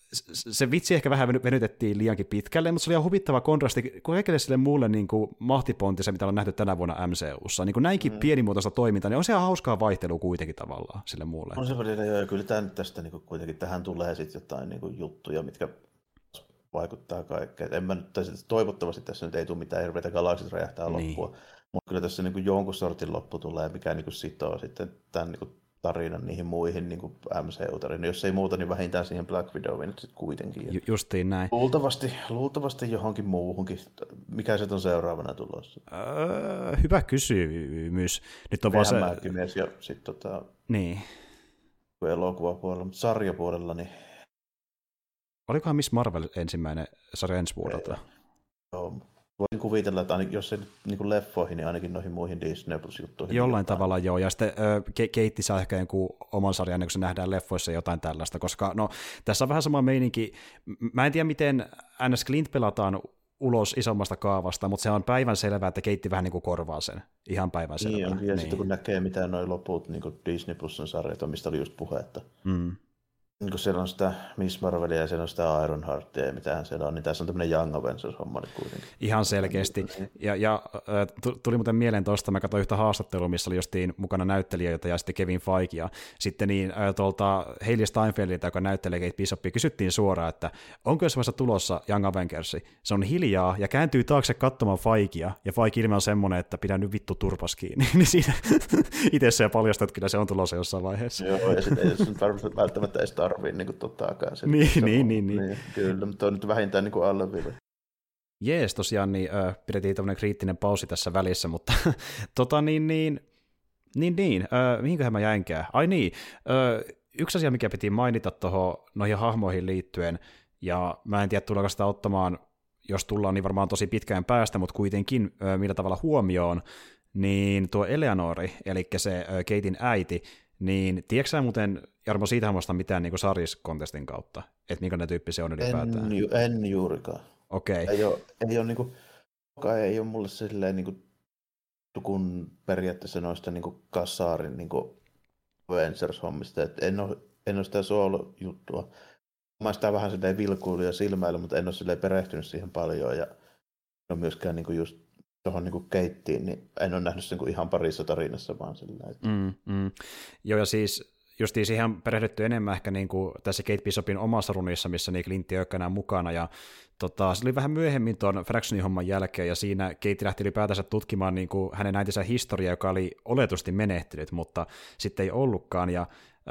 se vitsi ehkä vähän venytettiin liiankin pitkälle, mutta se oli ihan huvittava kontrasti kaikille sille muulle niin kuin mahtipontissa, mitä on nähty tänä vuonna M C U:ssa. Niin kuin näinkin mm. pienimuotoista toimintaa, niin on se ihan hauskaa vaihtelua kuitenkin tavallaan sille muulle. On se välillä joo, ja kyllä tämän, tästä niin kuin kuitenkin tähän tulee sitten jotain niin kuin juttuja, mitkä vaikuttaa kaikkeen. En mä nyt, toivottavasti tässä nyt ei tule mitään hirveitä galaksit räjähtää niin loppua, mutta kyllä tässä niin kuin jonkun sortin loppu tulee, mikä niin kuin sitoo sitten tämän niin kuin tarinan niihin muihin niin kuin M C U-tarinoihin. Jos ei muuta, niin vähintään siihen Black Widowiin nyt sitten kuitenkin. Ju- justiin näin. Luultavasti, luultavasti johonkin muuhunkin. Mikä se on seuraavana tulossa? Öö, hyvä kysymys. Nyt on vaan se... Mies ja sitten tota... Niin. Elokuvapuolella, mutta sarjapuolella, niin... Olikohan Miss Marvel ensimmäinen sarja ensi vuodelta? Joo. Voin kuvitella, että ainakin, jos ei niin leffoihin, niin ainakin noihin muihin Disney Plus-juttuihin. Jollain tavalla joo, ja sitten äh, Keitti saa ehkä jonkun oman sarjan, ennen kuin se nähdään leffoissa jotain tällaista, koska no, tässä on vähän sama meininki. Mä en tiedä, miten N S Clint pelataan ulos isommasta kaavasta, mutta se on päivän selvää, että Keitti vähän niin kuin korvaa sen. Ihan päivän selvää. Niin, ja niin. sitten kun näkee, mitä noin loput niin Disney Plusin sarjat on, mistä oli just puhetta. Mm. Niin kun siellä on sitä Miss Marvelia ja siellä on sitä Ironheartia ja mitähän siellä on, niin tässä on tämmöinen Young Avengers-homma nyt kuitenkin. Ihan selkeästi. Ja, ja tuli muuten mieleen tuosta, mä katsoin yhtä haastattelua, missä oli justiin mukana näyttelijöitä ja sitten Kevin Feige. Ja sitten niin tuolta Hailey Steinfeldiltä, joka näyttelee Kate Bishopia, kysyttiin suoraan, että onko jossain vaiheessa tulossa Young Avengers? Se on hiljaa ja kääntyy taakse katsomaan Feigea. Ja Feige ilme on semmoinen, että pidä nyt vittu turpas kiinni. Niin siitä itse se paljastaa, että kyllä se on tulossa jossain vaiheessa. Joo, ja sitten ei se välttämättä edes tarvii niin tottaakaan. Niin, niin, niin, niin. niin. Kyllä, mutta on nyt vähintään niin alleviiva. Jees, tosiaan, niin äh, pidettiin tämmöinen kriittinen pausi tässä välissä, mutta tota niin, niin, niin, niin äh, mihinköhän mä jäinkään? Ai niin, äh, yksi asia, mikä piti mainita tuohon noihin hahmoihin liittyen, ja mä en tiedä, tuleeko sitä ottamaan, jos tullaan, niin varmaan tosi pitkään päästä, mutta kuitenkin äh, millä tavalla huomioon, niin tuo Eleanori, eli se äh, Katein äiti, niin tiedätkö sä muuten, Jarmo, siitä hahmosta mitään niin Saris-kontestin kautta, että minkälainen tyyppi se on ylipäätään? En, ju, en juurikaan. Okei. Okay. Ei ole, ei ole, niin kuin, ei ole mulle silleen niin kuin, kun periaatteessa noista niin kuin Kassaarin niin kuin Avengers-hommista, että en ole, en ole sitä soolo-juttua. Mä sitä vähän silleen vilkuilu ja silmäily, mutta en ole silleen perehtynyt siihen paljon ja en ole myöskään niin kuin just tuohon niin Keittiin, niin en ole nähnyt sen kuin ihan parissa tarinassa vaan sillä. Että... Mm, mm. Joo, ja siis justiin siihen on perehdytty enemmän ehkä niin kuin tässä Kate Bishopin omassa runissa, missä niin Clintti ei olekaan mukana, ja tota, se oli vähän myöhemmin tuon Fractionin homman jälkeen, ja siinä Kate lähti ylipäätänsä tutkimaan niin kuin hänen äitinsä historiaa, joka oli oletusti menehtynyt, mutta sitten ei ollutkaan, ja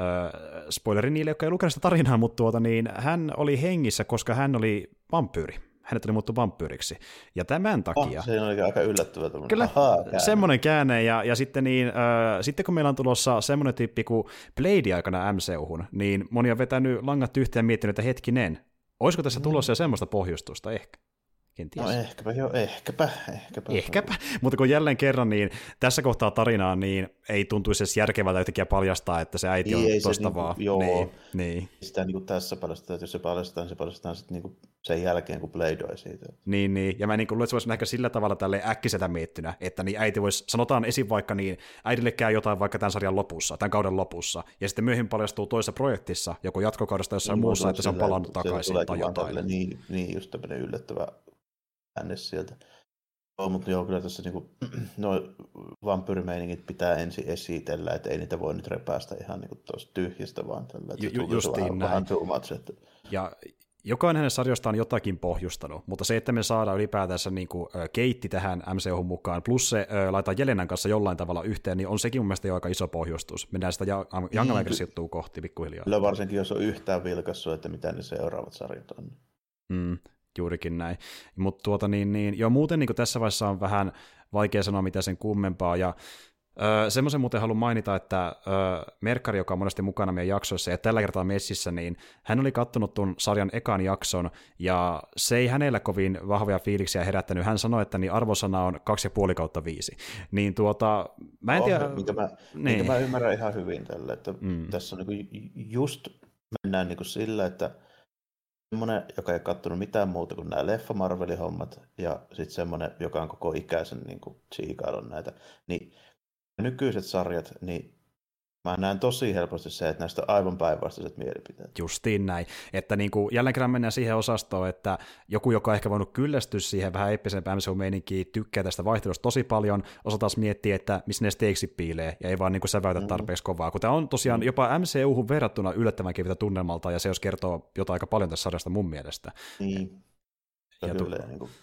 äh, spoileri niille, jotka ei lukenut sitä tarinaa, mutta tuota, niin hän oli hengissä, koska hän oli vampyyri. Hänet oli muuttu vampyyriksi. Ja tämän takia... Oh, se oli aika yllättävä. Kyllä, Aha, käänne. semmoinen käänne. Ja, ja sitten, niin, äh, sitten kun meillä on tulossa semmoinen tyyppi kuin Blade aikana M C U:hun, niin moni on vetänyt langat yhteen ja miettinyt, että hetkinen, olisiko tässä tulossa jo semmoista pohjustusta? Ehkä. Kenties. No ehkäpä joo, ehkäpä. Ehkäpä, ehkäpä. Mutta kun jälleen kerran, niin tässä kohtaa tarinaa niin ei tuntuisi edes järkevältä yhtäkkiä paljastaa, että se äiti niin, on tosta niinku, vaan. Joo, niin, niin. Sitä niin kuin tässä paljastetaan, että jos se paljastetaan, se paljastetaan sitten niin kuin sen jälkeen, kun Blade on siitä. Niin, niin. Ja mä niin luulen, että se voisi nähdä sillä tavalla tälle äkkiseltä miettynä, että niin äiti voisi, sanotaan esim. Vaikka niin, äidille käy jotain vaikka tämän sarjan lopussa, tämän kauden lopussa, ja sitten myöhemmin paljastuu toisessa projektissa, joko jatkokaudesta jossain niin, muussa, että se on palannut takaisin tai jotain. Tälle, niin, niin, just tämmöinen yllättävä änne sieltä. Joo, mutta joo, kyllä tässä niinku, no vampyyrimeiningit pitää ensin esitellä, että ei niitä voi nyt repäästä ihan niinku tuosta tyhjistä, vaan tällä, että Ju, justiin vähän, vähän too much, että... Ja jokainen hänen sarjoista on jotakin pohjustanut, mutta se, että me saadaan ylipäätänsä niin kuin, äh, Keitti tähän M C U:hun mukaan, plus se äh, laitetaan Jelenan kanssa jollain tavalla yhteen, niin on sekin mun mielestä jo aika iso pohjustus. Mennään sitä Young Avengers-juttua kohti pikkuhiljaa. Kyllä varsinkin, jos on yhtään vilkassut, että mitä ne seuraavat sarjat on. Mm, juurikin näin. Mutta tuota niin, niin, jo muuten niin tässä vaiheessa on vähän vaikea sanoa mitä sen kummempaa, ja Öö, semmoisen muuten haluan mainita, että öö, Merkkari, joka on monesti mukana meidän jaksoissa ja tällä kertaa messissä, niin hän oli kattonut tuon sarjan ekan jakson, ja se ei hänellä kovin vahvoja fiiliksiä herättänyt. Hän sanoi, että niin arvosana on kaksi ja puoli kautta viisi. Niin tuota, mä en tiedä... Oh, minkä, mä, niin. minkä mä ymmärrän ihan hyvin tälle, että mm. tässä on niin just mennään niin sillä, että semmoinen, joka ei kattonut mitään muuta kuin nämä leffa Marvelin hommat, ja sitten semmoinen, joka on koko ikäisen niin tsiikailun näitä, niin nykyiset sarjat, niin mä näen tosi helposti se, että näistä on aivan päinvastaiset mielipiteet. Justiin näin. Että niin kuin jälleen kerran mennään siihen osastoon, että joku, joka on ehkä voinut kyllästyä siihen vähän eeppisempään M C U-meininkiin, tykkää tästä vaihtelusta tosi paljon, osa taas miettiä, että missä ne steiksit piilee, ja ei vaan niin kuin säväytä tarpeeksi kovaa. Kun tämä on tosiaan jopa M C U-hun verrattuna yllättävän kivitä tunnelmalta, ja se jos kertoo jotain aika paljon tästä sarjasta mun mielestä. Niin, ja kyllä. Tu- niin, kuin...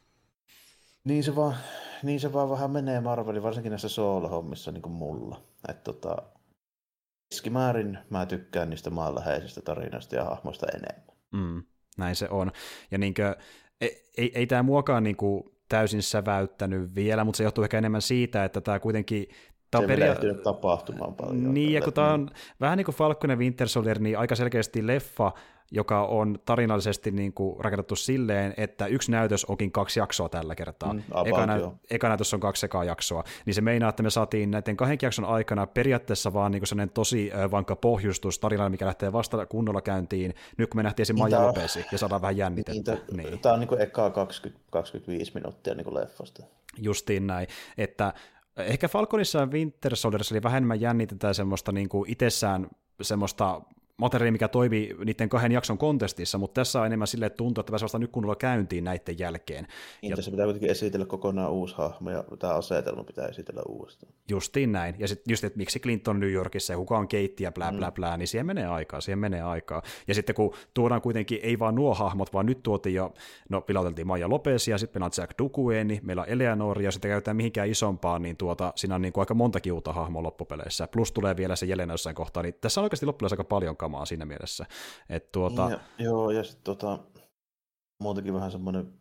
niin, se vaan, niin se vaan vähän menee Marvelin, varsinkin näissä soolo-hommissa niin kuin mulla. Että tota... keskimäärin mä tykkään niistä maanläheisistä tarinoista ja hahmoista enemmän. Mm, näin se on. Ja niinkö, ei, ei, ei tämä muakaan niinku täysin säväyttänyt vielä, mutta se johtuu ehkä enemmän siitä, että tämä kuitenkin se on peria- ehtinyt tapahtumaan paljon. Niin, ja kun tämä on vähän niin kuin Falcon ja Winter Soldier, niin aika selkeästi leffa, joka on tarinallisesti niin kuin rakennettu silleen, että yksi näytös onkin kaksi jaksoa tällä kertaa. Mm, about, eka, nä- eka näytös on kaksi ekaa jaksoa. Niin se meinaa, että me saatiin näiden kahden jakson aikana periaatteessa vaan niin sellainen tosi vankka pohjustus tarinalle, mikä lähtee vasta kunnolla käyntiin. Nyt kun me nähtiin se Maija Lopesi ja saadaan vähän jännitettä. Niin, niin. Tämä on niin kuin ekaa kaksikymmentä kaksikymmentäviisi minuuttia niin kuin leffasta. Justiin näin, että ehkä Falconissa ja Winter Soldierissa oli vähän enemmän jännitetään semmoista niin kuin itsessään semmoista materiaalia, mikä toimii niiden kahden jakson kontestissa, mutta tässä on enemmän silleen, että tuntuu, että pääsee vasta nyt kunnolla käyntiin näiden jälkeen. Niin, ja tässä pitää kuitenkin esitellä kokonaan uusi hahmo, ja tämä asetelma pitää esitellä uudestaan. Justiin näin, ja sitten just, että miksi Clint on New Yorkissa, ja kuka on Kate, ja blä, blä, blä, niin siihen menee aikaa, siihen menee aikaa. Ja sitten kun tuodaan kuitenkin, ei vaan nuo hahmot, vaan nyt tuotiin jo, no vilauteltiin Maija Lopesia, sitten meillä on Jack Duquesne, meillä on Eleanor, ja sitten käytetään mihinkään isompaan, niin tuota, siinä on niin kuin aika montakin uutta hahmoa loppupeleissä, plus tulee vielä se Jelena jossain kohtaa, niin tässä on oikeasti loppupeleissä aika paljon kamaa siinä mielessä. Et tuota... ja, joo, ja sitten tota, muutenkin vähän semmoinen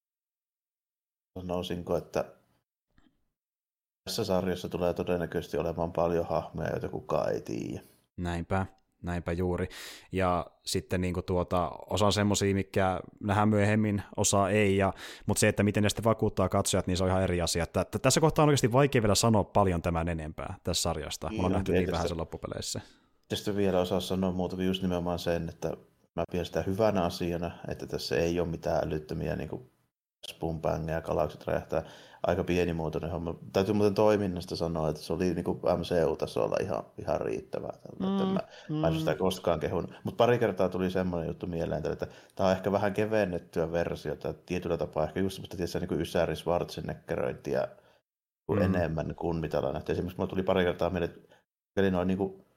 sanoisinko, että tässä sarjassa tulee todennäköisesti olemaan paljon hahmoja, joita kukaan ei tiedä. Näinpä, näinpä juuri. Ja sitten niin kuin tuota, osa on semmoisia, mikä nähdään myöhemmin, osa ei, ja, mutta se, että miten ne sitten vakuuttaa katsojat, niin se on ihan eri asia. Että, että tässä kohtaa on oikeasti vaikea vielä sanoa paljon tämän enempää tässä sarjasta. Me on nähty niin vähän sen loppupeleissä. Sitten vielä osaa sanoa muuta kuin just nimenomaan sen, että mä pidän sitä hyvänä asiana, että tässä ei ole mitään älyttömiä niin kuin spumpängejä, galaksit räjähtää, aika pienimuotoinen homma. Täytyy muuten toiminnasta sanoa, että se oli niin kuin M C U-tasolla ihan, ihan riittävää. Mm, mä, mm. mä en sitä koskaan kehunut. Mutta pari kertaa tuli semmoinen juttu mieleen, että tämä on ehkä vähän kevennettyä versiota, tietyllä tapaa ehkä just semmoista tietysti, niin kuin Ysäri Schwarzeneggeröintiä mm. enemmän kuin mitä ollaan nähty. Esimerkiksi mulla tuli pari kertaa mieleen, että eli noin niin kuin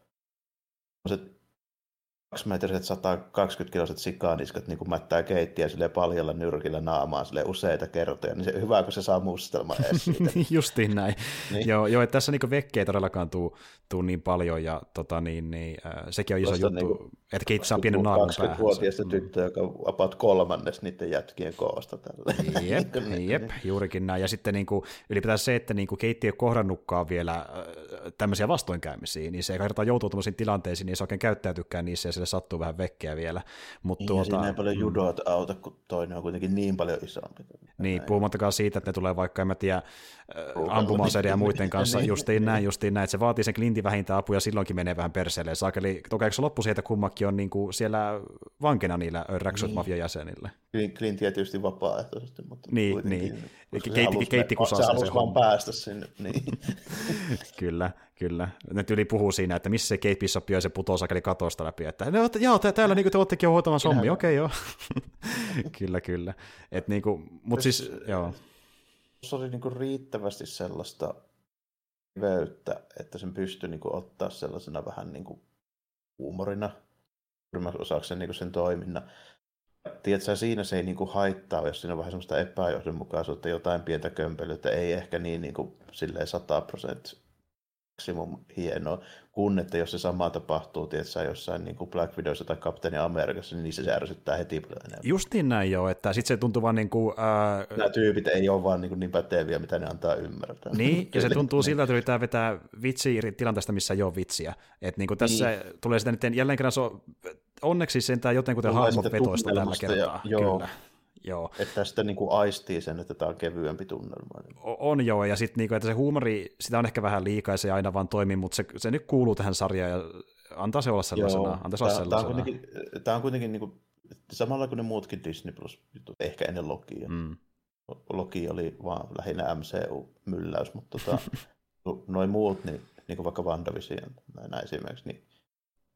kaksimetriset sata kaksikymmentä kiloiset sikaaniskat niin kuin mättää keittiä sille paljalla nyrkillä naamaan sille useita kertoja, niin se hyvä, kun se saa mustelman edes siitä. Justiin näin. Niin. Joo, joo, että tässä niin vekkejä todellakaan tuu, tuu niin paljon, ja tota, niin, niin, äh, sekin on iso Tosta juttu, niin että Kate saa pienen naarun päähän. kaksikymmentävuotiaista tyttöä, joka on about kolmannes niiden jätkien koosta. Tällä. Jep, jep, juurikin näin. Ja sitten niin kuin, ylipäätään se, että niin kuin Kate ei ole kohdannutkaan vielä äh, tämmöisiä vastoinkäymisiä, niin se ei kertaa joutuu tämmöisiin tilanteisiin, niin se oikein käyttäytykään niissä, ja sille sattuu vähän vekkeä vielä. Mut niin, tuota, ja siinä ei paljon judoa auta, kun toinen on kuitenkin niin paljon isompi. Niin, puhumattakaan siitä, että ne tulee vaikka, en mä tiedä, ampumaseiden ja muiden kanssa, justiin näin, justiin näin, että se vaatii sen Clintin vähintään apuja, silloinkin menee vähän perseelle. Saakeli, toki eikö se loppu siitä, että kummakin on niin kuin siellä vankina niillä räksyt mafian jäsenille? Clint tietysti vapaaehtoisesti, mutta niin, kuitenkin. Niin, Keitti kusaa sen se vaan päästä sinne. Niin. Kyllä, kyllä. Ne yli puhuu siinä, että missä se Kate Bishop ja se putoo sakeli katosta läpi, että no, joo, täällä niin kuin te oottekin jo hoitamaan sommi, okei okay, joo. Kyllä, kyllä. Et, niin kuin, mut siis, joo. Se oli niin kuin riittävästi sellaista keveyttä, että sen pystyi niin kuin ottaa sellaisena vähän niin kuin huumorina, suurimmaksi osaksi sen, niin kuin sen toiminnan. Tiedätkö, siinä se ei niin kuin haittaa, jos siinä on vähän semmoista epäjohdonmukaisuutta, jotain pientä kömpelyyttä, ei ehkä niin, niin kuin silleen sata prosenttia maksimum hienoa, kun että jos se sama tapahtuu, tiedätkö, jossain niin kuin Black Widowssa tai Kapteeni Amerikassa, niin se ärsyttää heti paljon enemmän. Justiin näin joo, että sitten se tuntuu vaan niin kuin... Ää... Nämä tyypit ei ole vaan niin, kuin niin päteviä, mitä ne antaa ymmärtää. Niin, ja se tuntuu siltä, että yritetään vetää vitsiä tilanteesta, missä ei ole vitsiä. Että niin kuin tässä niin. Tulee sitä nyt jälleen kerran, se on, onneksi sentään jotenkuten hahmot vetoista tällä kertaa. Ja, joo. Kyllä. Joo. Että sitten niin kuin aistii sen, että tämä on kevyempi tunnelma. On joo, ja sitten niin kuin, että se huumori, sitä on ehkä vähän liikaa, se ei aina vaan toimi, mutta se, se nyt kuuluu tähän sarjaan, ja antaa se olla sellaisena. Joo, antaa se olla tämä, sellaisena. Tämä on kuitenkin, tämä on kuitenkin niin kuin, samalla kuin ne muutkin Disney Plus, ehkä ennen Lokia. Mm. Loki oli vaan lähinnä M C U-mylläys, mutta tota, noin muut, niin, niin kuin vaikka WandaVision, näin esimerkiksi, niin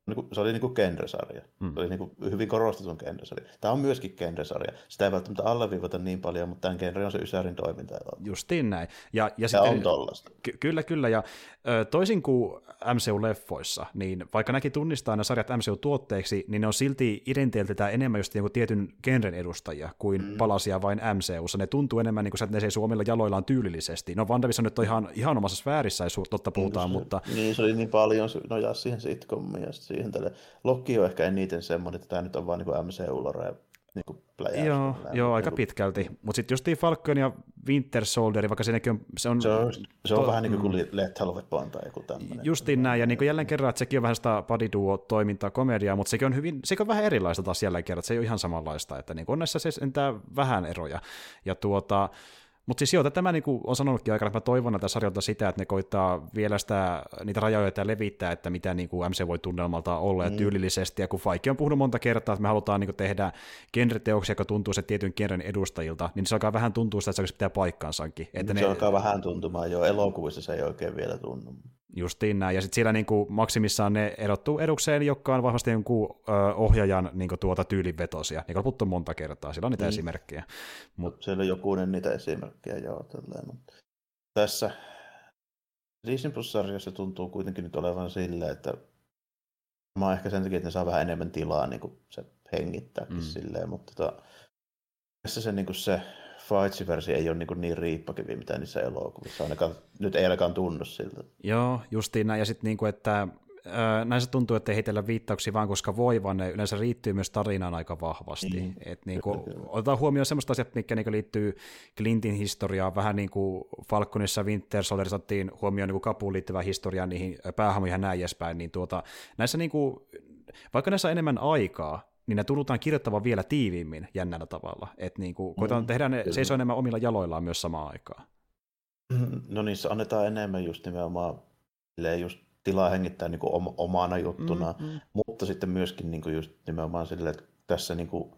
Se oli niin kuin genre-sarja. Mm. Se oli niin kuin hyvin korostetun genre-sarja. Tämä on myöskin genre-sarja. Sitä ei välttämättä alleviivata niin paljon, mutta tämän genre on se Ysärin toiminta. Justiin näin. Ja, ja, ja sitten, on tollaista. Ky- kyllä, kyllä. Ja ö, toisin kuin M C U-leffoissa, niin vaikka näkin tunnistaa nämä sarjat M C U-tuotteiksi, niin ne on silti identiteettiltään enemmän just joku tietyn genren edustajia kuin mm. palasia vain M C U:ssa. Ne tuntuu enemmän, niin kuin, että ne seisoo omilla jaloillaan tyylillisesti. No WandaVision nyt on ihan, ihan omassa sfäärissä, jos totta puhutaan, niin, mutta... Niin, se oli niin paljon nojaa siihen sitcomiin ja siihen tälle. Loki on ehkä eniten semmoinen, että tämä nyt on vaan niin kuin M C U-lore. Niin pläjäys, joo, näin, joo niin aika kuin... pitkälti. Mutta sitten justiin Falcon ja Winter Soldier, vaikka siinäkin on... Se on, se on, se on to... vähän niin kuin Lethal Weapon tai joku tämmöinen. Justiin näin, ja niin kuin jälleen kerran, että sekin on vähän sitä body duo-toimintaa, komediaa, mutta sekin on, hyvin, sekin on vähän erilaista taas jälleen kerran, että se ei ole ihan samanlaista, että niin on näissä se entää vähän eroja. Ja tuota... Mutta siis joo, tämä niin on sanonutkin aikana, että mä toivon näitä sarjoilta sitä, että ne koittaa vielä sitä, niitä rajoja ja levittää, että mitä niin kuin M C voi tunnelmaltaan olla mm. ja tyylillisesti, ja kun Feige on puhunut monta kertaa, että me halutaan niin kuin tehdä genreteoksia, joka tuntuu se tietyn genren edustajilta, niin se alkaa vähän tuntua sitä, että se pitää paikkansakin. Että se ne... alkaa vähän tuntumaan jo, elokuvissa se ei oikein vielä tunnu. Justiin näin, ja sitten siellä niin kuin maksimissaan ne erottuu edukseen, joka on vahvasti jonkun ö, ohjaajan niin kuin tuota tyylivetosia, niin kuin puhuttu monta kertaa, sillä on niitä mm. esimerkkejä. Mut... Siellä on jokunen niitä esimerkkejä, joo, tälleen, mutta tässä Disney Plus-sarjassa tuntuu kuitenkin nyt olevan silleen, että mä oon ehkä sen takia, että ne saa vähän enemmän tilaa niin kuin se hengittääkin mm. silleen, mutta tota, tässä se, niin kuin se Feige-versio ei ole niin, niin riippakivi, mitä niissä elokuvissa ainakaan, nyt ei ainakaan tunnu siltä. Joo, justiin näin, ja sitten niin kuin, että Öö, näissä tuntuu, että ei heitellä viittauksia vaan koska voi, vaan ne yleensä liittyy myös tarinaan aika vahvasti. Mm. Et niinku, otetaan huomioon semmoista asiat, mitkä niinku liittyy Clintin historiaan, vähän niin kuin Falconissa ja Winter Soldierissa otettiin huomioon niinku Kapuun liittyvää historiaa niihin päähahmoihin ja näin edespäin, niin tuota, näissä niinku, vaikka näissä on enemmän aikaa, niin ne tunnutaan kirjoittavan vielä tiiviimmin jännällä tavalla. Että niinku, koetaan mm. tehdä ne seisoo enemmän omilla jaloillaan myös samaan aikaan. No niissä annetaan enemmän just nimenomaan just tilaa hengittää niin kuin omana juttuna, mm, mm. mutta sitten myöskin niin kuin just nimenomaan sille, että tässä niin kuin,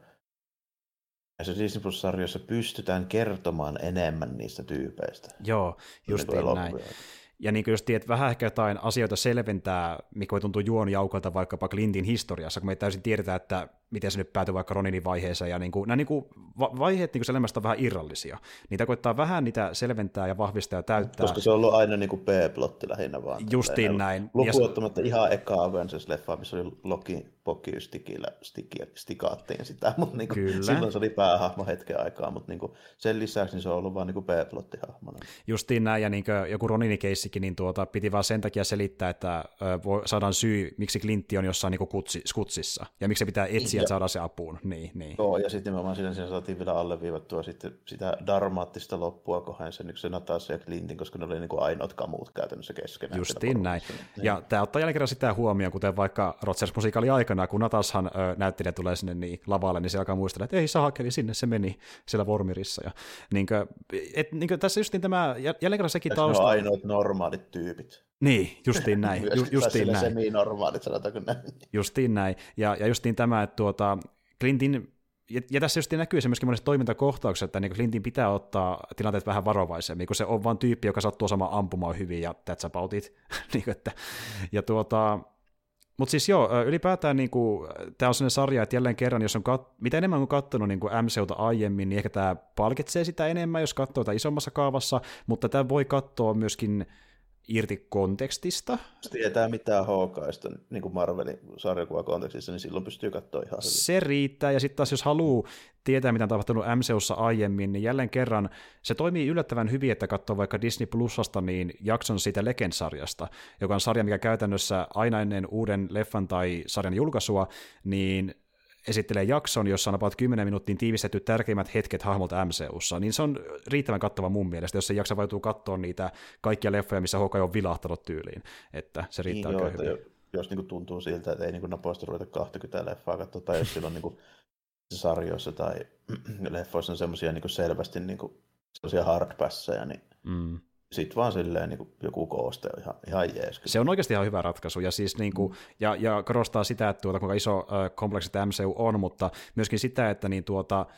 näissä Disney Plus-sarjoissa pystytään kertomaan enemmän niistä tyypeistä. Joo, just niin näin. Ja niin kuin just tiedät, vähän ehkä jotain asioita selventää, mikä voi tuntua juonjaukalta vaikkapa Clintin historiassa, kun me ei täysin tiedetä, että miten se nyt päätyi vaikka Roninin vaiheeseen, ja niin kuin, nämä niin kuin vaiheet niin kuin elämästä on vähän irrallisia. Niitä koittaa vähän niitä selventää ja vahvistaa ja täyttää. Koska se on ollut aina niin kuin B-plotti lähinnä vaan. Justiin näin. Lukuottamatta ja... ihan eka Avengers-leffa, missä oli Loki Poky-stikillä stikaattiin sitä, mutta niin kuin, silloin se oli päähahmo hetken aikaa, mutta niin kuin sen lisäksi niin se on ollut vaan niin kuin B-plottihahmona. Justiin näin, ja niin kuin joku Roninin keissikin, niin tuota, piti vaan sen takia selittää, että voi, saadaan syy, miksi Clintti on jossain niin kuin kutsi, skutsissa, ja miksi se pitää etsiä, että saadaan se apuun. Niin, niin. Joo, ja sitten nimenomaan siinä, siinä saatiin vielä alleviivattua sitten sitä dramaattista loppua kohden sen, se Natasha ja Clintin, koska ne oli niin kuin ainoat kamuut käytännössä keskenään. Justiin näin. Niin. Ja tämä ottaa jälleen kerran sitä huomioon, kuten vaikka Rogers-musiikali aikana, kun Natashan ö, näyttelijä tulee sinne niin lavalle, niin se alkaa muistella, että ei saakeli, sinne se meni siellä Vormirissa. Ja, niin kuin, et, niin kuin, tässä justiin tämä, jälleen kerran sekin tausta. Ne on ainoat normaalit tyypit. Niin, justiin näin. Ju, justiin näin. Semi-normaalit, sanotaanko näin. Justiin näin. Ja, ja justiin tämä, että tuota, Clintin, ja, ja tässä justiin näkyy se myöskin monessa toimintakohtauksessa, että niin Clintin pitää ottaa tilanteet vähän varovaisemmin, kun se on vain tyyppi, joka sattuu osaamaan ampumaan hyvin, ja that's about it. niin, että, ja tuota, mutta siis joo, ylipäätään niin kuin, tämä on sellainen sarja, että jälleen kerran, jos on kat- mitä enemmän on katsonut niin kuin M C U:ta aiemmin, niin ehkä tämä palkitsee sitä enemmän, jos katsoo tätä isommassa kaavassa, mutta tämä voi katsoa myöskin irti kontekstista. Jos tietää mitään Hawkeista niin kuin Marvelin sarjakuvakontekstissa, niin silloin pystyy katsoa ihan hyvin. Se riittää, ja sitten taas jos haluaa tietää, mitä on tapahtunut M C U:ssa aiemmin, niin jälleen kerran se toimii yllättävän hyvin, että katsoo vaikka Disney Plusasta niin jakson siitä Legend-sarjasta, joka on sarja, mikä käytännössä aina ennen uuden leffan tai sarjan julkaisua, niin esittelee jakson, jossa on about kymmenen minuuttiin tiivistetty tärkeimmät hetket hahmolta M C U:ssa, niin se on riittävän kattava mun mielestä, jos se jaksa vaituu katsoa niitä kaikkia leffoja, missä Hawkeye on vilahtanut tyyliin, että se riittää niin, oikein joo, hyvin. Jos niin kuin tuntuu siltä, että ei niin napoista ruveta kaksikymmentä leffaa katsoa, tai jos sillä on niin sarjoissa tai leffoissa on semmoisia niin selvästi niin semmoisia hardpasseja, niin mm. sitten vaan silleen niin joku kooste on ihan, ihan jees. Se on oikeasti ihan hyvä ratkaisu, ja, siis, niin kuin, ja, ja korostaa sitä, että tuota, kuinka iso äh, kompleksi M C U on, mutta myöskin sitä, että niin tuota,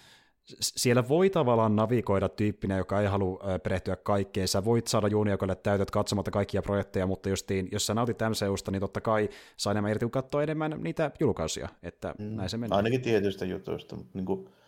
siellä voi tavallaan navigoida tyyppinä, joka ei halua perehtyä kaikkeen. Sä voit saada juuniokolle täytöt katsomatta kaikkia projekteja, mutta justiin, jos sä nautit M C U:sta, niin totta kai saa enemmän irti, kun katsoo enemmän niitä julkaisuja, että mm. näin se menee. Ainakin tietyistä jutuista, mutta niin kuin,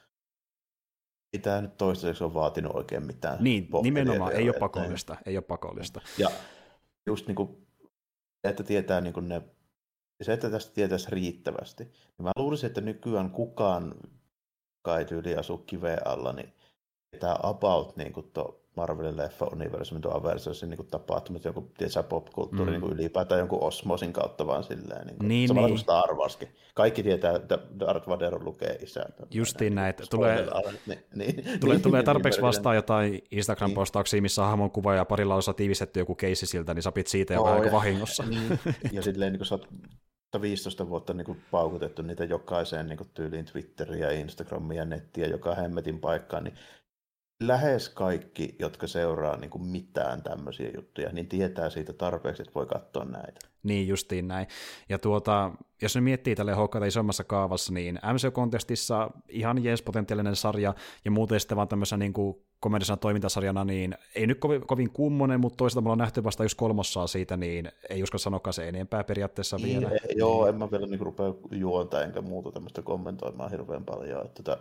ei tämä nyt toistaiseksi ole vaatinut oikein mitään. Niin, nimenomaan, ei ole pakollista, ei ole pakollista. Ja just niin kuin, että tietää niin kuin ne, se, että tästä tietäisi riittävästi, niin mä luulisin, että nykyään kukaan kai tyyli asuu kiveen alla, niin tämä about niin kuin tuo Marvelin leffa-universumin, tuo Aversosin niin kuin tapahtumat, joku tietysti pop-kulttuuri mm. niin ylipäätään jonkun osmosin kautta vaan silleen. Niin kuin, niin, samalla niin. kuin Star Warskin. Kaikki tietää, että Darth Vader lukee isää. Justiin näin. Tulee, niin, niin, tulee, tulee tarpeeksi vastaan jotain Instagram-postauksia, missä on hahmon kuva ja parilla osa tiivistetty joku keissi siltä, niin sapit siitä jo vähän vahingossa. Niin, ja silleen niin kuin sä oot viisitoista vuotta niin kuin paukutettu niitä jokaiseen niin kuin tyyliin Twitteriin ja Instagramiin ja nettiin ja joka hemmetin paikkaan, niin lähes kaikki, jotka seuraa niin kuin mitään tämmöisiä juttuja, niin tietää siitä tarpeeksi, että voi katsoa näitä. Niin, justiin näin. Ja tuota, jos ne miettii tälle H K:ta isommassa kaavassa, niin M C U-kontekstissa ihan jees potentiaalinen sarja, ja muuten sitten vaan tämmöisenä niin kuin komedisena toimintasarjana, niin ei nyt kovin, kovin kummonen, mutta toisaalta me ollaan nähty vasta just kolmossaa siitä, niin ei uskalla sanoakaan se enempää periaatteessa niin, vielä. Ei, joo, en mä vielä niin rupea juontaa enkä muuta tämmöistä kommentoimaan hirveän paljon, että tota.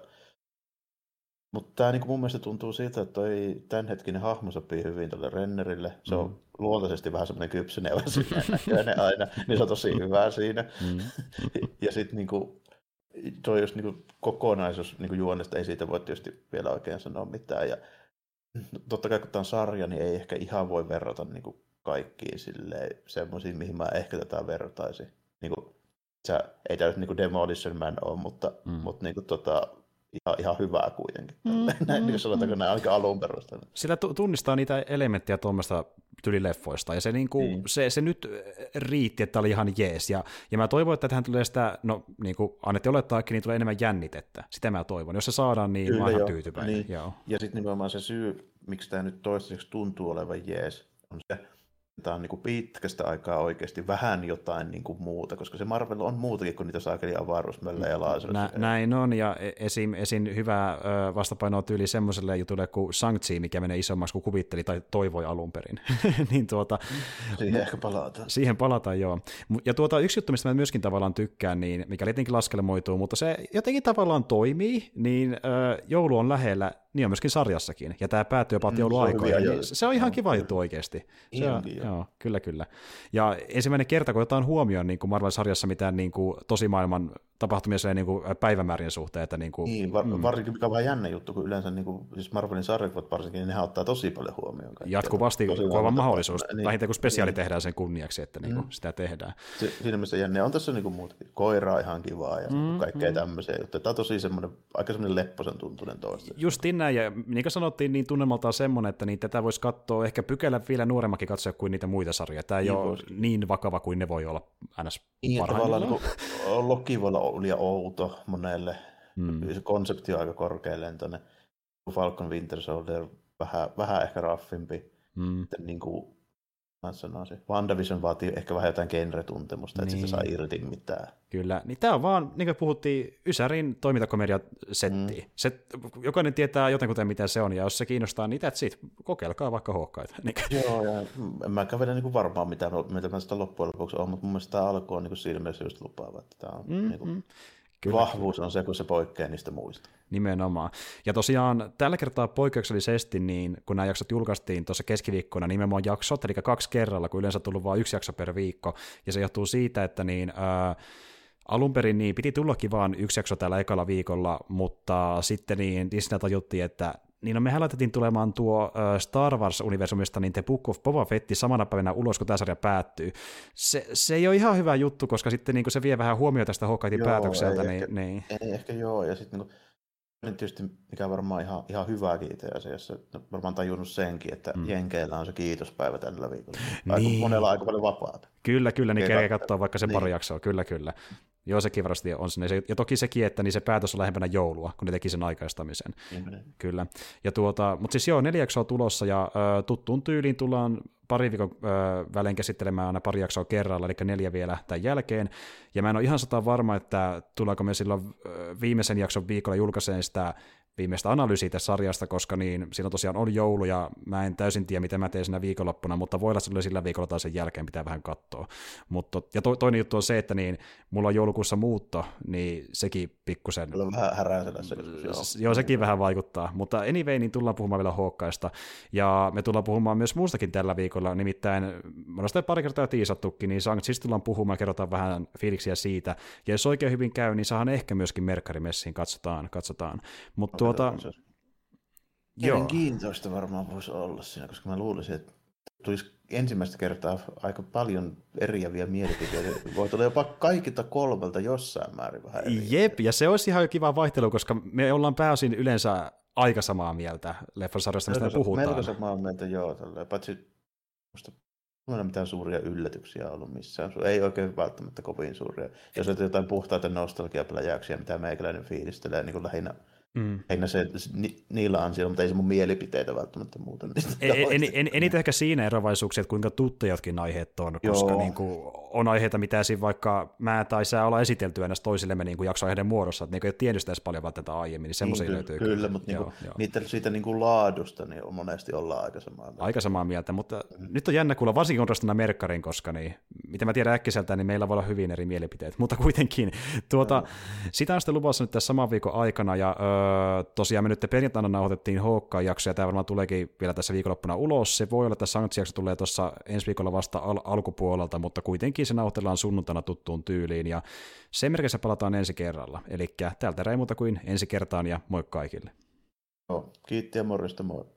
Mutta tämä niinku mun mielestä tuntuu siltä, että toi tämänhetkinen hahmo sopii hyvin tälle Rennerille. Se on mm. luontaisesti vähän semmoinen kypsynevä näköinen aina, niin se on tosi hyvä siinä. Mm. ja sitten niinku, toi just niinku kokonaisuus niinku juonesta, ei siitä voi tietysti vielä oikein sanoa mitään. Ja totta kai kun tämä on sarja, niin ei ehkä ihan voi verrata niinku kaikkiin semmoisiin, mihin mä ehkä tätä vertaisin. Niinku, sä, ei tämä nyt niinku Demolition Man ole, mutta, mm. mutta niinku tota... Ihan, ihan hyvää kuitenkin. Mm, näin, mm, niin sanotaanko mm. näin ainakin alun perusteella. Sillä tunnistaa niitä elementtejä tuommoista tylileffoista, ja se, niinku, mm. se, se nyt riitti, että oli ihan jees. Ja, ja mä toivon, että tähän tulee sitä, no niin kuin annettiin olettaakin, niin tulee enemmän jännitettä. Sitä mä toivon. Jos se saadaan, niin Kyllä, mä oon ihan tyytyväinen. Niin. Joo. Ja sitten nimenomaan se syy, miksi tämä nyt toistaiseksi tuntuu olevan jees, on se, tämä on niin pitkästä aikaa oikeasti vähän jotain niin kuin muuta, koska se Marvel on muutakin kuin niitä saakeli avaruusmöllä ja lasereita. Nä, näin on, ja esim, esim hyvää vastapainoa tyyli semmoiselle jutulle kuin Shang-Chi, mikä menee isommaksi kuin kuvitteli tai toivoi alun perin. niin tuota, siihen ehkä palataan. Siihen palataan, joo. Ja tuota, yksi juttu, mistä mä myöskin tavallaan tykkään, niin, mikä jotenkin laskelmoituu, mutta se jotenkin tavallaan toimii, niin äh, joulu on lähellä, niin on myöskin sarjassakin, ja tämä päättyy jopa mm, jouluaikoina. Niin se on ihan kiva juttu oikeasti. Se on, joo, kyllä, kyllä. Ja ensimmäinen kerta, kun otetaan huomioon niin kuin Marvel-sarjassa mitään niin kuin tosimaailman tapahtumia niin kuin päivämäärien suhteen. Että niin, kuin, niin var, mm. varsinkin mikä on vähän jännä juttu, kun yleensä niin kuin, siis Marvelin sarjakuvat varsinkin, niin nehän ottaa tosi paljon huomioon. Jatkuvasti, kun on mahdollisuus, niin, vähintään kun spesiaali niin. tehdään sen kunniaksi, että niin kuin, mm. sitä tehdään. Si- siinä mielessä jännä on tässä niin kuin muutakin. Koiraa ihan kivaa ja mm, kaikkea mm. tämmöisiä juttuja. Tämä on tosi semmoinen, aika semmoinen lepposen tuntunen toista. Justiin näin, ja niin kuin sanottiin, niin tunnelmaltaan semmoinen, että niin tätä voisi katsoa ehkä pykälä vielä nuoremmakin katsoa kuin niitä muita sarjoja. Tämä ei niin ole voisi. Niin vakava kuin ne voi olla ns. Niin, tavallaan niin Loki voi olla liian outo monelle. Mm. Se konsepti on aika korkealentoinen. Falcon Winter Soldier vähän, vähän ehkä raffimpi. Mm. Niin kuin mä sanoisin. WandaVision vaatii ehkä vähän jotain genre-tuntemusta, niin. että sitä saa irti mitään. Kyllä. Niin tämä on vaan, niin kuin puhuttiin, Ysärin toimintakomedia-settiin. Mm. Se, jokainen tietää jotenkuten mitä se on, ja jos se kiinnostaa, niin that's it. Kokeilkaa vaikka Hawkeita. Niin. Joo, ja en mäkään vielä niin varmaan mitään, mitä mä sitä loppujen lopuksi on, mutta mun mielestä tämä alku on niin siinä mielessä just lupaava. Että tämä on, mm, niin kuin, mm. Kyllä, vahvuus on se, kun se poikkeaa niistä muista. Nimenomaan. Ja tosiaan tällä kertaa poikkeuksellisesti, niin kun nämä jaksot julkaistiin tuossa keskiviikkona, nimenomaan jaksot, eli kaksi kerralla, kun yleensä on tullut vain yksi jakso per viikko, ja se johtuu siitä, että niin, ää, alun perin niin piti tullakin vain yksi jakso tällä ekalla viikolla, mutta sitten niin Disney tajuttiin, että niin no mehän laitettiin tulemaan tuo uh, Star Wars-universumista niin The Book of Boba Fett samana päivänä ulos, kun tämä sarja päättyy. Se, se ei ole ihan hyvä juttu, koska sitten niin se vie vähän huomioon tästä Hawkeyein päätökseltä. Ei, niin, ehkä, niin. ei ehkä joo, ja sitten niin tietysti mikä on varmaan ihan, ihan hyvääkin itse asiassa, varmaan tajunnut senkin, että mm. Jenkeillä on se kiitospäivä tällä viikolla. Aika, niin. Monella aika paljon vapaata. Kyllä, kyllä, niin kerkeä katsoa vaikka se niin. pari jaksoa, kyllä, kyllä. Joo, sekin varmasti on sinne. Ja toki sekin, että niin se päätös on lähempänä joulua, kun ne teki sen aikaistamisen. Mm-hmm. Kyllä. Ja tuota, mutta siis joo, neljä jaksoa tulossa, ja äh, tuttuun tyyliin tullaan pari viikon äh, välein käsittelemään aina pari jaksoa kerralla, eli neljä vielä tämän jälkeen. Ja mä en ole ihan sata varma, että tuleeko me silloin äh, viimeisen jakson viikolla julkaiseen sitä viimeistä analyysiä tästä sarjasta, koska niin, siinä tosiaan on joulu, ja mä en täysin tiedä, mitä mä teen siinä viikonloppuna, mutta voi olla, että sillä viikolla tai sen jälkeen pitää vähän katsoa. Mutta, ja to, toinen juttu on se, että niin, mulla on joulukuussa muutto, niin sekin pikkusen... Mulla on vähän häräisellä se. Joo. joo, sekin vähän vaikuttaa, mutta anyway, niin tullaan puhumaan vielä Hawkeista, ja me tullaan puhumaan myös muustakin tällä viikolla, nimittäin, mä olen sitä pari kertaa tiisattukin, niin Shang-Chista tullaan puhumaan ja kerrotaan vähän fiiliksiä siitä, ja jos oikein hyvin käy, niin saadaan ehkä myöskin Merkkarimessiin, katsotaan, katsotaan. Mutta tuota... Mielenkiintoista varmaan voisi olla siinä, koska mä luulisin, että tulisi ensimmäistä kertaa aika paljon eriäviä mielipiteitä. Voi tulla jopa kaikilta kolmelta jossain määrin vähän eriäviä. Jep, ja se olisi ihan kiva vaihtelu, koska me ollaan pääosin yleensä aika samaa mieltä leffasarjasta, mistä me puhutaan. Melko samaa mieltä, joo. Tälleen. Paitsi musta ei ole mitään suuria yllätyksiä ollut missään. Ei oikein välttämättä kovin suuria. Jos on jotain puhtaita nostalgiapläjäyksiä, mitä meikäläinen fiilistelee, niin kuin lähinnä Mm. Eikä se ni, niillä ansioilla, mutta ei se mun mielipiteitä välttämättä muuta. En, en, en, eniten ehkä siinä eroavaisuuksia, että kuinka tuttujakin aiheet on, koska niin kuin, on aiheita, mitä siinä vaikka mä tai sä ollaan esitelty ennäs toisillemme niin jaksoaiheiden muodossa, että niin ei ole tiennyt sitä edes paljon välttämättä aiemmin, niin semmoisia niin, löytyy. Kyllä, kyllä mutta joo, niin niitä siitä niin kuin laadusta niin on monesti ollaan aika samaa mieltä. Aika samaa mieltä, mutta mm. nyt on jännä kuulla, varsinkin kontrastina Merkkarin, koska niin, mitä mä tiedän äkkiseltä, niin meillä voi olla hyvin eri mielipiteet, mutta kuitenkin. Tuota, no. Sitä on sitten luvassa nyt tässä saman viikon aikana, ja öö, tosiaan me nyt perjantaina nauhoitettiin Hawkeye-jakso, ja tämä varmaan tuleekin vielä tässä viikonloppuna ulos. Se voi olla, että Shang-Chi-jakso tulee tuossa ensi viikolla vasta al- alkupuolelta, mutta kuitenkin se nauhoitellaan sunnuntaina tuttuun tyyliin, ja sen merkissä palataan ensi kerralla. Eli täältä ei muuta kuin ensi kertaan, ja moi kaikille. Joo, kiitti ja morjesta, moi.